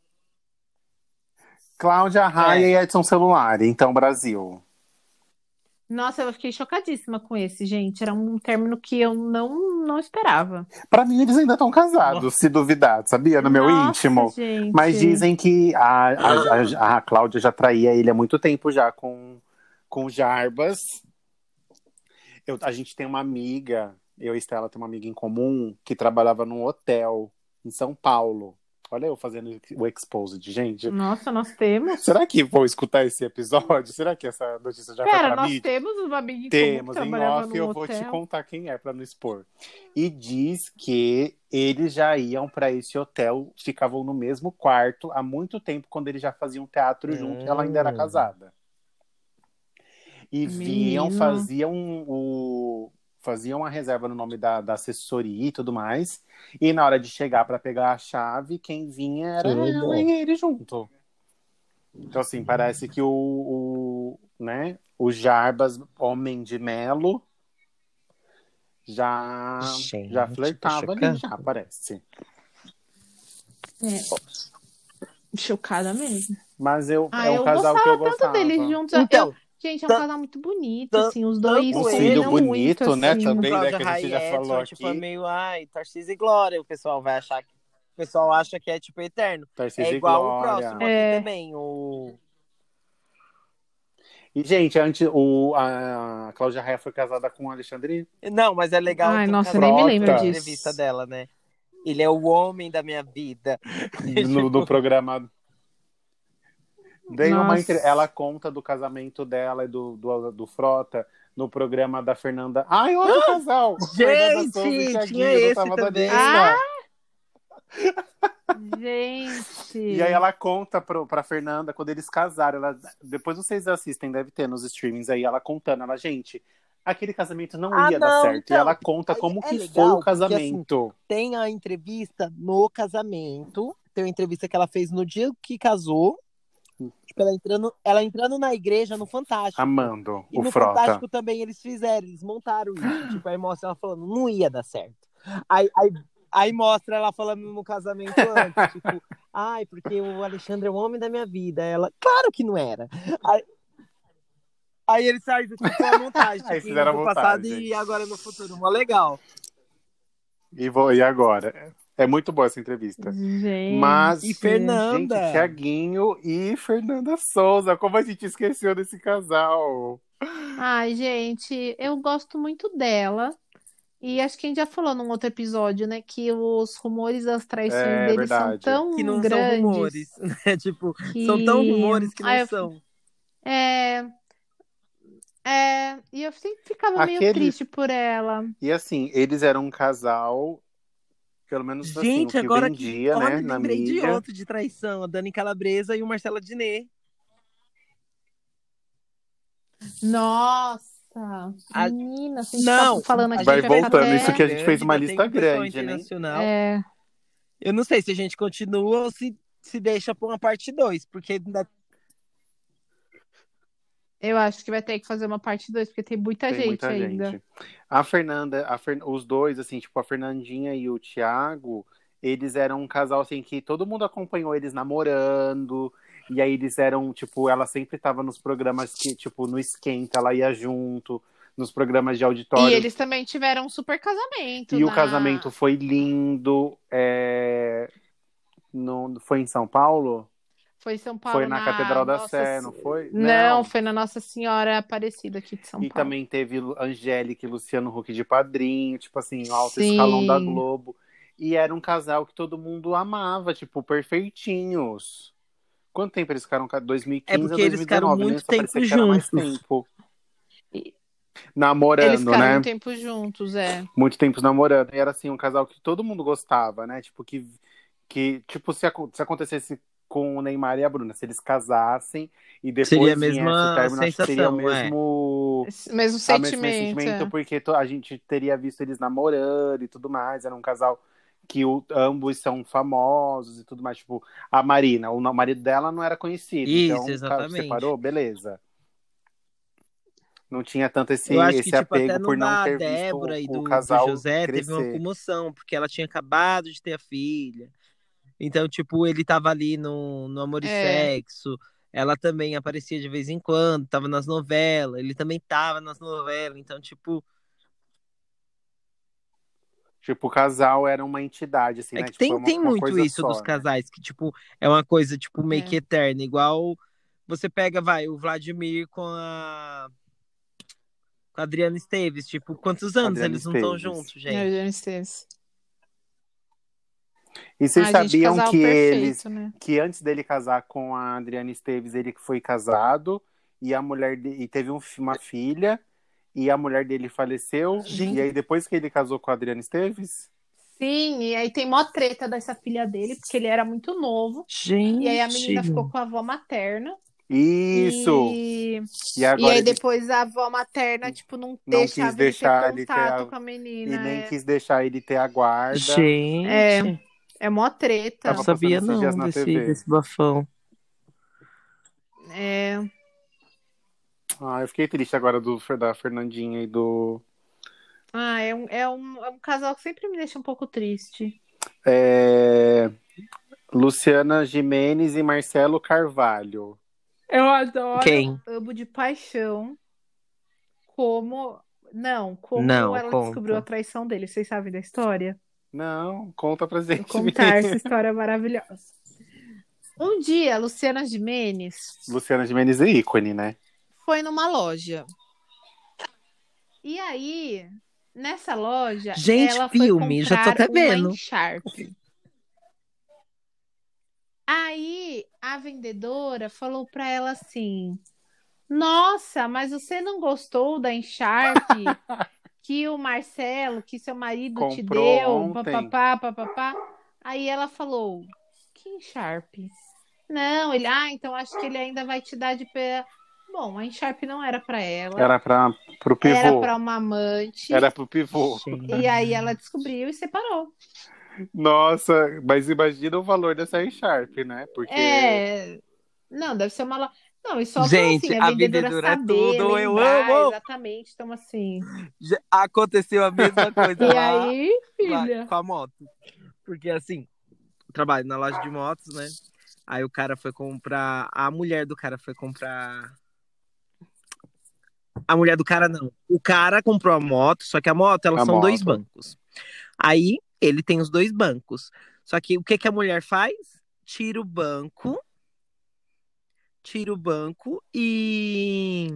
Cláudia Raia É. e Edson Celulari, então Brasil. nossa, eu fiquei chocadíssima com esse, gente. Era um término que eu não, não esperava. Pra mim, eles ainda estão casados, Nossa. se duvidar, sabia? No meu Nossa, íntimo. Mas gente. dizem que a, a, a, a Cláudia já traía ele há muito tempo já com, com o Jarbas. Eu, a gente tem uma amiga, eu e Estela tem uma amiga em comum, que trabalhava num hotel em São Paulo. Olha eu fazendo o exposed, gente. Nossa, nós temos. Será que vou escutar esse episódio? Será que essa notícia já foi Pera, pra nós mídia? temos uma amiga em comum que Temos, em trabalhava off num eu vou te hotel. contar quem é pra não expor. E diz que eles já iam pra esse hotel, ficavam no mesmo quarto há muito tempo, quando eles já faziam teatro junto e ela ainda era Hum. casada. E vinham, Menino. faziam o. Faziam a reserva no nome da, da assessoria e tudo mais. E na hora de chegar pra pegar a chave, quem vinha era ela e ele junto. Então, assim, parece que o, o, né, o Jarbas, homem de Melo, já, já Gente, tô flertava ali, chocado. já, parece. É, chocada mesmo. Mas eu, Ah, é um eu casal que eu gostava tanto gostava. deles juntos. Eu, Então, gente, é um tan- casal muito bonito, tan- assim. Os dois tanto Um filho ele, combinam muito, bonito, né, assim. tipo, também, né, Cláudia que a gente Raia e já falou Edson, tipo, é aqui. meio, ai, Tarcísio e Glória. O pessoal vai achar que. O pessoal acha que é, tipo, eterno. É Tarcísio e igual o Glória. próximo aqui É, também, o. E, gente, antes, o, a Cláudia Raia foi casada com o Alexandre Não, mas é legal ai, do nossa, nem me lembro casamento, a Frota, entrevista disso. dela, né? Ele é o homem da minha vida. no, no Tipo, programa. Dei uma entre... Ela Nossa. conta do casamento dela e do, do, do Frota no programa da Fernanda. Ai, outro casal! Fernanda Souza e gente, tinha Thiaguinho do esse Sábado à também. Ah, Lista. E aí gente. ela conta pro, pra Fernanda quando eles casaram. Ela, depois vocês assistem, deve ter nos streamings aí, ela contando. Ela, gente, aquele casamento não Ah, ia dar não, certo. E ela então. conta Aí como é que foi o legal, porque assim, casamento. tem a entrevista no casamento. Tem uma entrevista que ela fez no dia que casou. Tipo, ela entrando, ela entrando na igreja no Fantástico. Amando E o no Frota. Fantástico também eles fizeram, eles montaram isso. Tipo, aí mostra ela falando, não ia dar certo. Aí, aí, aí mostra ela falando no casamento antes, tipo, ai, porque o Alexandre é o homem da minha vida. Ela, claro que não era. Aí, aí eles fazem tipo uma montagem, Aí tipo, indo fizeram a pro passado montagem. e agora no futuro. Mó legal. E, vou, e agora? É muito boa essa entrevista. Mas, E Gente. gente, Fernanda. Thiaguinho e Fernanda Souza. Como a gente esqueceu desse casal? Ai, gente, eu gosto muito dela. E acho que a gente já falou num outro episódio, né, que os rumores das traições É deles são verdade. Que tão não são rumores, grandes né? Tipo, são tão que. rumores que não Ai, eu... são. É, é, e eu sempre ficava meio Aquele. triste por ela. E assim, eles eram um casal, pelo menos assim, o Gente, que agora que. vendia, né, Olha, na lembrei de mídia. outro de traição: a Dani Calabresa e o Marcelo Adnet. Nossa, A... menina, se a gente ficar Não, falando a aqui, a Vai gente gente vai ficar fez uma voltando. lista Isso até. que a gente fez grande, uma ainda tem lista o pessoal grande, né? internacional. É, Eu não sei se a gente continua ou se, se deixa para uma parte dois, porque ainda eu acho que vai ter que fazer uma parte dois porque tem muita Tem gente muita ainda. gente. A Fernanda, a Fer... os dois, assim, tipo, a Fernandinha e o Thiago, eles eram um casal, assim, que todo mundo acompanhou eles namorando. E aí eles eram, tipo, ela sempre tava nos programas que, tipo, no Esquenta, ela ia junto, nos programas de E auditório. eles também tiveram um super casamento E o casamento na. foi lindo. É... No... Foi em São Paulo? Foi em São Foi Paulo, na na Catedral da Nossa... Sé, Se- não foi? Não, Não. foi na Nossa Senhora Aparecida aqui de São E Paulo. também teve Angélica e Luciano Huck de padrinho, tipo assim, alto escalão da Sim. Globo. E era um casal que todo mundo amava, tipo, perfeitinhos. Quanto tempo eles ficaram? ca- É dois mil e quinze a porque eles ficaram dois mil e dezenove, né? muito Só parecia tempo que era mais juntos. tempo. E- Eles Namorando, ficaram muito né? tempo juntos, é. Muito tempo namorando. E era assim, um casal que todo mundo gostava, né? Tipo, que, que tipo, se, acon- se acontecesse com o Neymar e a Bruna, se eles casassem e Seria a depois viesse o mesma término, acho que seria o sensação, é. mesmo. Esse mesmo A mesmo sentimento, sentimento, é. porque to- a gente teria visto eles namorando e tudo mais. Era um casal que o- ambos são famosos e tudo mais. Tipo, a Marina, o na- marido dela não era conhecido, Isso, então ca- exatamente. separou, beleza. Não tinha tanto esse, Eu acho que, esse tipo, até apego no por não da ter visto Débora e o, o do, do casal José teve uma crescer. comoção, porque ela tinha acabado de ter a filha. Então, tipo, ele tava ali no, no Amor e É. Sexo. Ela também aparecia de vez em quando, tava nas novelas. Ele também tava nas novelas. Então, tipo, Tipo, o casal era uma entidade, assim, é né? que Tipo, é tem, uma, tem uma muito coisa isso dos só, né? casais, que, tipo, é uma coisa, tipo, meio que É. eterna. Igual você pega, vai, o Vladimir com a, com a Adriana Esteves. Tipo, quantos anos Adriana eles não estão Esteves. juntos, É, gente? Eugênio Esteves. E vocês Ai, gente, sabiam casal que eles, perfeito, né? que antes dele casar com a Adriana Esteves, ele foi casado e a mulher de, e teve um fi- uma filha e a mulher dele faleceu e Gente, aí depois que ele casou com a Adriana Esteves, Sim, e aí tem mó treta dessa filha dele, porque ele era muito novo. E aí a menina ficou gente. com a avó materna. isso. E, E e agora aí ele depois a avó materna, tipo, não não quis deixava ele ter deixar ele ter contato a, com a e menina. nem É, quis deixar ele ter a guarda. é, Gente, é mó não Tava treta. passando sabia esses dias não na desse, T V. desse bafão. É, Ah, eu fiquei triste agora do da Fernandinha e do ah, é um, é um, é um casal que sempre me deixa um pouco triste. é, Luciana Gimenez e Marcelo Carvalho. Eu adoro, Quem? amo de paixão como. Não, como Não, ela descobriu a conta. traição dele. Vocês sabem da história? Não, conta pra Vou gente, contar essa menina. história maravilhosa. Um dia, a Luciana Gimenez Luciana Gimenez é ícone, né? foi numa loja. E aí, nessa loja, Gente, ela foi filme, já tô comprar até uma vendo. Encharpe. Aí, a vendedora falou pra ela assim: Nossa, mas você não gostou da Encharpe que o Marcelo, que seu marido te Comprou deu, ontem. papapá, papapá. Aí ela falou: Que Encharpe? Não, ele, ah, então acho que ele ainda vai te dar de pé. Bom, a Encharpe não era pra ela, Era pra, pro era pivô. pra uma amante. Era pro pivô. E aí Gente. ela descobriu e separou. Nossa, mas imagina o valor dessa Sharp, né? Porque. É, não, deve ser uma. lo- Não, e só pra Gente, assim, a a vendedora vendedora é saber, tudo, eu lembrar amo. exatamente. Então, assim. Já aconteceu a mesma coisa E lá, aí, lá filha? com a moto. Porque assim, eu trabalho na loja de motos, né? Aí o cara foi comprar. A mulher do cara foi comprar. A mulher do cara não. O cara comprou a moto, só que a moto, elas A são dois moto. bancos. Aí ele tem os dois bancos. Só que o que, que a mulher faz? Tira o banco. Tira o banco e.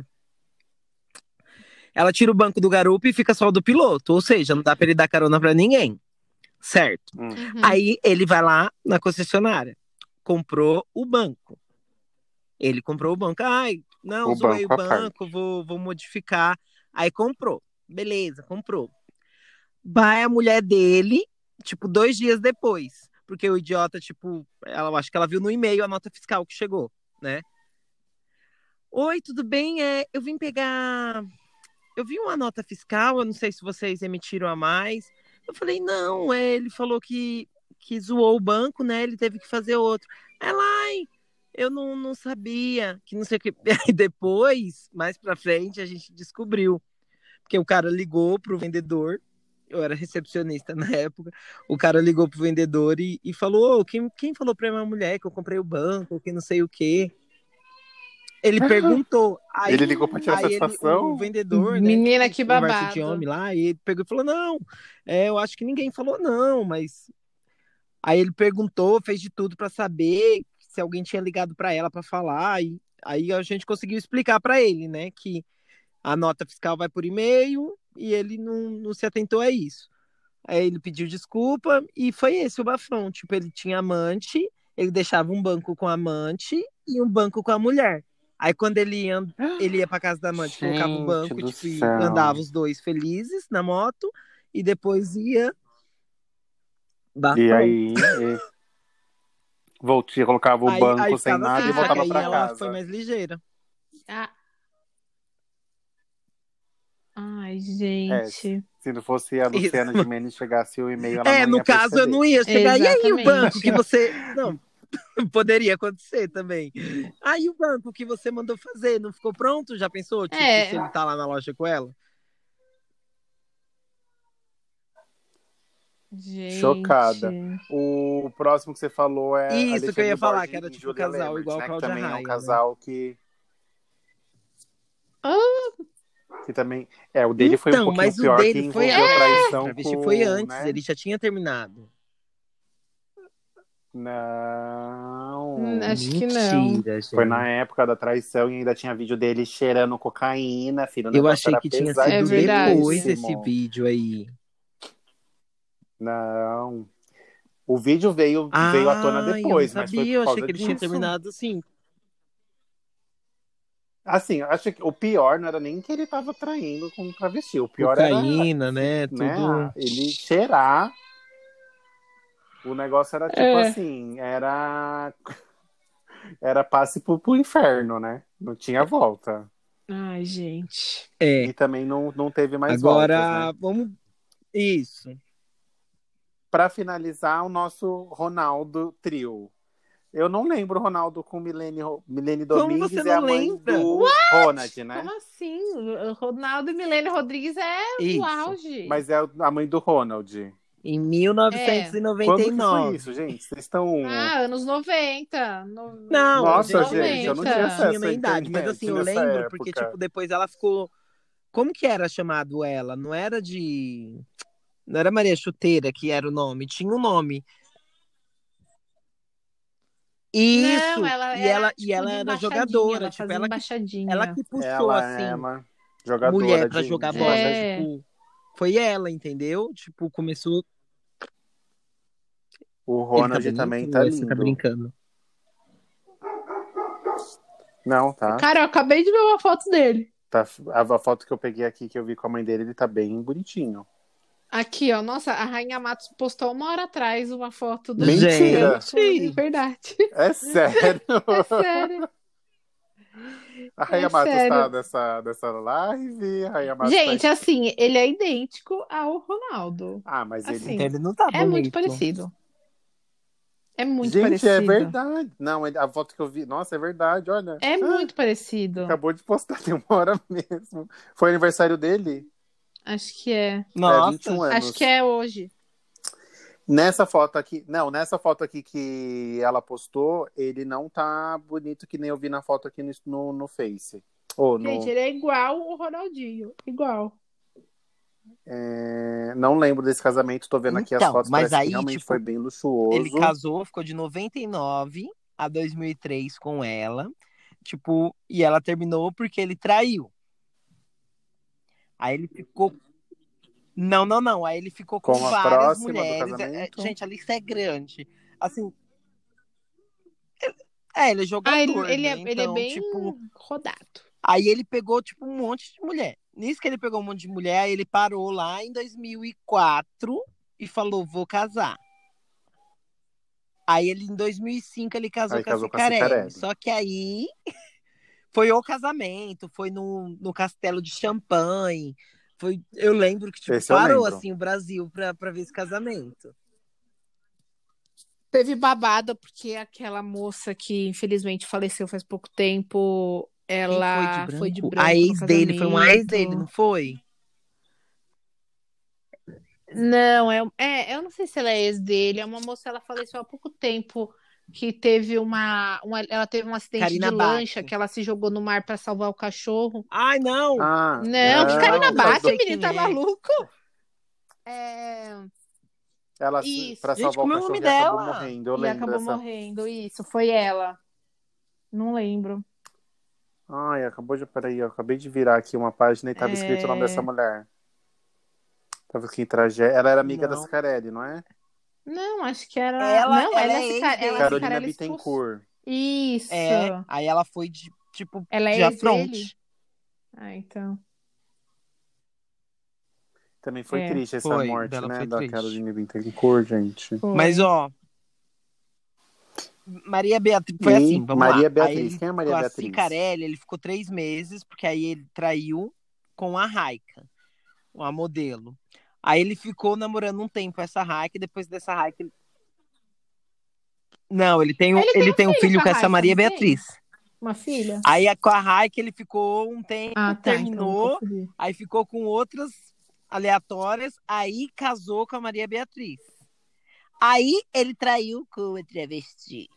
Ela tira o banco do garupa e fica só o do piloto. Ou seja, não dá pra ele dar carona pra ninguém. Certo. Hum. Uhum. Aí ele vai lá na concessionária. Comprou o banco. Ele comprou o banco. Ai, não, O zoei o banco à parte. banco, vou, vou modificar. Aí comprou. Beleza, comprou. Vai a mulher dele, tipo, dois dias depois. Porque o idiota, tipo, ela acho que ela viu no e-mail a nota fiscal que chegou, né? Oi, tudo bem? É, eu vim pegar. Eu vi uma nota fiscal, eu não sei se vocês emitiram a mais. Eu falei, não, é, ele falou que, que zoou o banco, né? Ele teve que fazer outro. Ela, ai, eu não, não sabia, que não sei o que. Aí depois, mais pra frente, a gente descobriu. Porque o cara ligou pro vendedor, eu era recepcionista na época, o cara ligou pro vendedor e, e falou, oh, quem, quem falou pra minha mulher que eu comprei o banco, que não sei o quê? Ele perguntou, aí, Ele ligou pra tirar aí ele, o satisfação? vendedor, né, Menina, que conversa de babado. homem lá, e ele pegou e falou, não, é, eu acho que ninguém falou não, mas... Aí ele perguntou, fez de tudo pra saber se alguém tinha ligado pra ela pra falar. E aí a gente conseguiu explicar pra ele, né, que a nota fiscal vai por e-mail e ele não, não se atentou a isso. Aí ele pediu desculpa e foi esse o bafão. Tipo, ele tinha amante, ele deixava um banco com a amante e um banco com a mulher. Aí quando ele ia, ele ia pra casa da amante, colocava o Gente banco, do tipo, e céu. andava os dois felizes na moto e depois ia E bafão. aí, e... voltei, colocava o Aí, banco aí sem ficava nada assim, e só que voltava aí pra ela casa. foi mais ligeira. Ah, ai, É, gente. se não fosse a Isso. Luciana Gimenez chegasse o e-mail, ela É, não no ia caso eu perceber. não ia chegar. E aí o banco que Exatamente. você. Não, poderia acontecer também. Aí o banco que você mandou fazer não ficou pronto? Já pensou? Tipo, É. se ele tá lá na loja com ela? Gente. Chocada. O próximo que você falou é Isso que eu Alexandre ia falar, Borges que era e tipo Julia casal, Lemert, igual né? Que Cláudia também é um Raia, né? casal que, Ah, que também... É, o dele foi um Então, pouquinho mas o pior, que dele foi envolveu antes. traição Travesti com... foi antes, né? ele já tinha terminado. Não... hum, acho que não. Mentira, Foi gente. na época da traição e ainda tinha vídeo dele cheirando cocaína, filho. O Eu negócio achei era que tinha É sido verdade. depois esse pesadíssimo. vídeo aí. Não. O vídeo veio, veio à tona Ah, eu não depois, mas foi sabia, por eu achei causa que ele tinha disso. terminado assim. Assim, eu acho que o pior não era nem que ele tava traindo com um travesti. O pior Cocaína, era, né? né, Tudo. ele cheirar. O negócio era tipo É. assim, era era passe pro, pro inferno, né? Não tinha volta. Ai, gente. É. E também não, não teve mais voltas, né? Agora, vamos. Isso. Pra finalizar, o nosso Ronaldo trio. Eu não lembro o Ronaldo com Milene, Milene Como Domingues você e não a mãe lembra? do Ronald, né? Como assim? O Ronaldo e Milene Rodrigues é o Isso. auge. Mas é a mãe do Ronald. Em mil novecentos e noventa Quando e que foi nove. isso, gente? Vocês estão... Ah, anos noventa. No... Não, Nossa, gente, a gente, eu gente não não tinha noventa. tinha acesso à nem idade. Mas internet assim, eu nessa lembro porque, época. tipo, depois ela ficou. Como que era chamado ela? Não era de. Não era Maria Chuteira que era o nome, tinha um nome. Isso! Não, ela E era ela, tipo e ela de era embaixadinha. jogadora, Ela tipo, fazia ela que, embaixadinha. ela que puxou, Ela é assim, uma mulher jogadora pra de, jogar de bola. É. Tipo, foi ela, entendeu? Tipo, começou. O Ele tá Ronald bonito também tá ou você tá lindo. brincando? Não, tá? Cara, eu acabei de ver uma foto dele. tá. A foto que eu peguei aqui, que eu vi com a mãe dele, ele tá bem bonitinho. Aqui, ó. Nossa, a Rainha Matos postou uma hora atrás uma foto do Mentira! Gente. É verdade. É sério? É sério. A Rainha É Matos tá sério. dessa, dessa live, a Rainha Matos Gente, tá... assim, ele é idêntico ao Ronaldo. Ah, mas ele... Assim, Então ele não tá é muito bonito. parecido. É muito Gente, parecido. é verdade. Não, a foto que eu vi... Nossa, é verdade, olha. É muito parecido. Acabou de postar, tem uma hora mesmo. Foi aniversário dele? Acho que é. Nossa, É, vinte e um anos. Acho que é hoje. Nessa foto aqui, não, nessa foto aqui que ela postou, ele não tá bonito que nem eu vi na foto aqui no, no, no Face. Ou no, Gente, ele é igual o Ronaldinho. Igual. é, não lembro desse casamento, tô vendo aqui as Então, fotos, mas parece aí, que realmente tipo, foi bem luxuoso. ele casou, ficou de noventa e nove a dois mil e três com ela. Tipo, e ela terminou porque ele traiu. Aí ele ficou. Não, não, não. Aí ele ficou com, Com a várias próxima do mulheres. É, casamento? gente, a lista é grande. Assim. É, ele é jogador, Ah, ele, ele, né? é, ele é Então, bem tipo. rodado. Aí ele pegou, tipo, um monte de mulher. Nisso que ele pegou um monte de mulher, aí ele parou lá em dois mil e quatro e falou, vou casar. Aí ele, em dois mil e cinco, ele casou, Aí com, casou a com a Cicarelli. Cicarelli. Só que aí foi o casamento, foi no, no castelo de champanhe. Foi, eu lembro que, tipo, Esse eu parou, lembro. assim, o Brasil pra, pra ver esse casamento. Teve babada porque aquela moça que infelizmente faleceu faz pouco tempo, ela Quem foi de branco, A no ex dele, foi uma ex casamento. dele, não foi? Não, é, é, eu não sei se ela é ex dele, é uma moça, ela faleceu há pouco tempo, que teve uma, uma ela teve um acidente Karina de Bach. lancha, que ela se jogou no mar para salvar o cachorro. Ai, não! Ah, Não, que Karina não, Bach, sei menino, quem tá é. maluco? É, Ela, Isso. pra Gente, salvar o como é o cachorro, nome e acabou dela? morrendo. Eu E lembro acabou dessa. morrendo, isso. Foi ela. Não lembro. Ai, acabou de. Peraí, eu acabei de virar aqui uma página e tava escrito o nome dessa É... mulher. Tava aqui em tragédia. Ela era amiga da Não. Cicarelli, não é? Não, acho que era. Ela, Não, ela ela é, é Cica... ex ela é dele. Carolina Cicarelli expulsou. Bittencourt. Isso. É, aí ela foi de, tipo, Ela é de ex dele? afronte. Ah, então. Também foi É, triste essa Foi, morte, dela né? foi Da triste. Carolina Bittencourt, gente. Mas, foi. ó, Maria Beatriz, foi E assim, vamos Maria lá. Aí Beatriz. ele, Quem é com Maria a Beatriz? Cicarelli, ele ficou três meses, porque aí ele traiu com a Raika, uma modelo. Aí ele ficou namorando um tempo essa Raika, e depois dessa Raika... Ele... Não, ele tem, um, Ele tem ele um tem um filho filho com a com essa Raika, Maria não tem? Beatriz. Uma filha? Aí com a Raika ele ficou um tempo, Ah, tá. Então eu terminou, confundi. aí ficou com outras aleatórias, aí casou com a Maria Beatriz. Aí ele traiu com a travesti.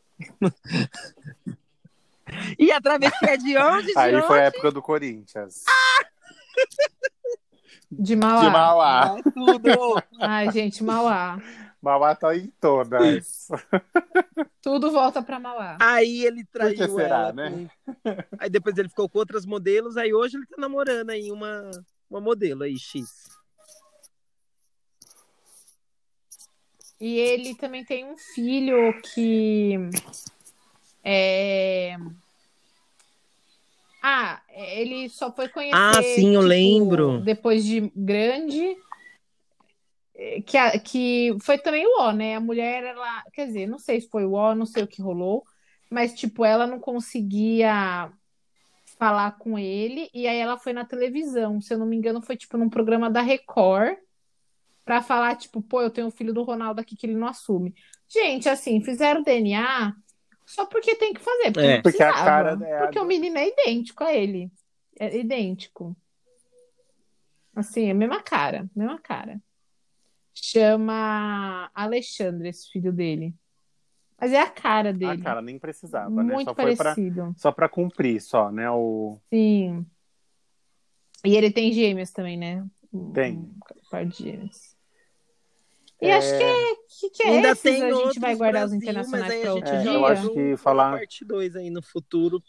E a travesti é de onde? De Aí foi a onde? época do Corinthians. De Mauá. De Mauá. É tudo. Ai, gente, Mauá. Mauá tá em todas. Tudo volta pra Mauá. Aí ele Por que traiu será, ela. né? Com... Aí depois ele ficou com outras modelos, aí hoje ele tá namorando aí uma, uma modelo aí, X. E ele também tem um filho que é... Ah, ele só foi conhecer, Ah, sim, eu tipo, lembro. depois de grande, que, a- que foi também o ó, né? A mulher, ela, quer dizer, não sei se foi o ó, não sei o que rolou, mas, tipo, ela não conseguia falar com ele, e aí ela foi na televisão, se eu não me engano, foi, tipo, num programa da Record, pra falar, tipo, pô, eu tenho um filho do Ronaldo aqui que ele não assume. Gente, assim, fizeram D N A só porque tem que fazer, porque É. não Porque a precisava. cara é a- Porque o menino é idêntico a ele. É idêntico. Assim, é a mesma cara, mesma cara. Chama Alexandre, esse filho dele. Mas é a cara Ah, dele. cara, nem precisava, né? Muito Só foi pra, parecido. só pra cumprir, só, né? O... Sim. E ele tem gêmeos também, né? Um- Tem. Um par de gêmeos. E É, acho que é, que, que é Ainda esses, tem a gente outros vai guardar os Brasil, internacionais mas aí para a outro gente É, já eu dia. acho que viu falar- uma parte dois aí no futuro.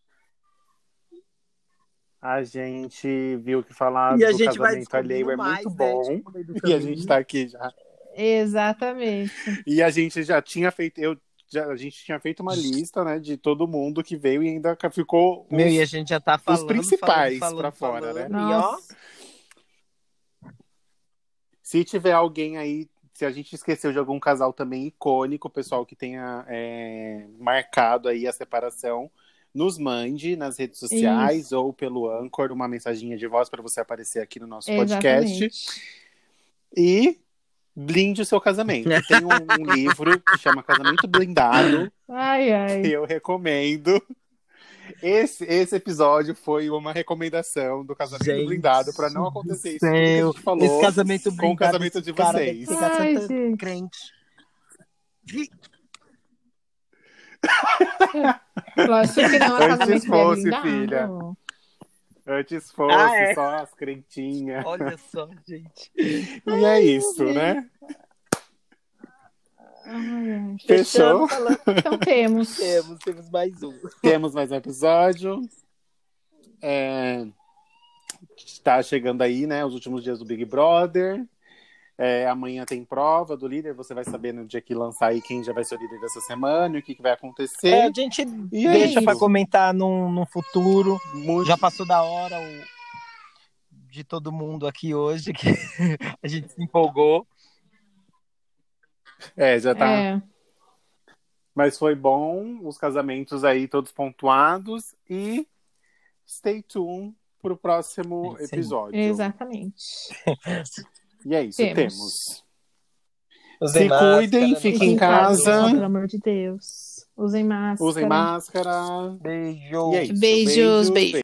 a gente viu que falar E a do gente vai casamento alheio descobrindo é mais, muito né, bom. tipo, no meio do E a caminho. gente tá aqui já. Exatamente. E a gente já tinha feito, eu já, a gente tinha feito uma lista, né, de todo mundo que veio e ainda ficou Meu, os, e a gente já tá falando, principais falando, pra falando, fora, falando, né? e ó, Nossa. Se tiver alguém aí, se a gente esqueceu de algum casal também icônico, pessoal que tenha é, marcado aí a separação, nos mande nas redes sociais Isso. ou pelo Anchor uma mensaginha de voz para você aparecer aqui no nosso podcast. Exatamente. E blinde o seu casamento. Tem um, um livro que chama Casamento Blindado, Ai, que ai. eu recomendo. Esse, esse episódio foi uma recomendação do casamento Gente blindado para não acontecer do isso tudo que a céu, gente falou esse casamento com o blindado, casamento esse de cara deve vocês. pegar Ai, tanta gente. crente. Lógico que não é Antes casamento fosse, blindado. filha. Antes fosse Ah, é? só as crentinhas. Olha só, gente. E é isso, né? Ai, ai. Fechou? Fechamos falando. Então temos. Temos, temos mais um. Temos mais um episódio. É... Está chegando aí, né? Os últimos dias do Big Brother. É, amanhã tem prova do líder. Você vai saber no dia que lançar aí quem já vai ser o líder dessa semana e o que, que vai acontecer. É, a gente E é deixa isso. pra comentar no, no futuro. Muito... Já passou da hora o... de todo mundo aqui hoje, que a gente se empolgou. É, já tá. É. Mas foi bom, os casamentos aí todos pontuados. E stay tuned pro próximo É isso aí. episódio. Exatamente. E é isso, Temos. temos. Usem Se máscara, cuidem, não fiquem Fiquem em em casa, casa. só, pelo amor de Deus. Usem máscara. Usem máscara. Beijo. E é isso. Beijos, beijos.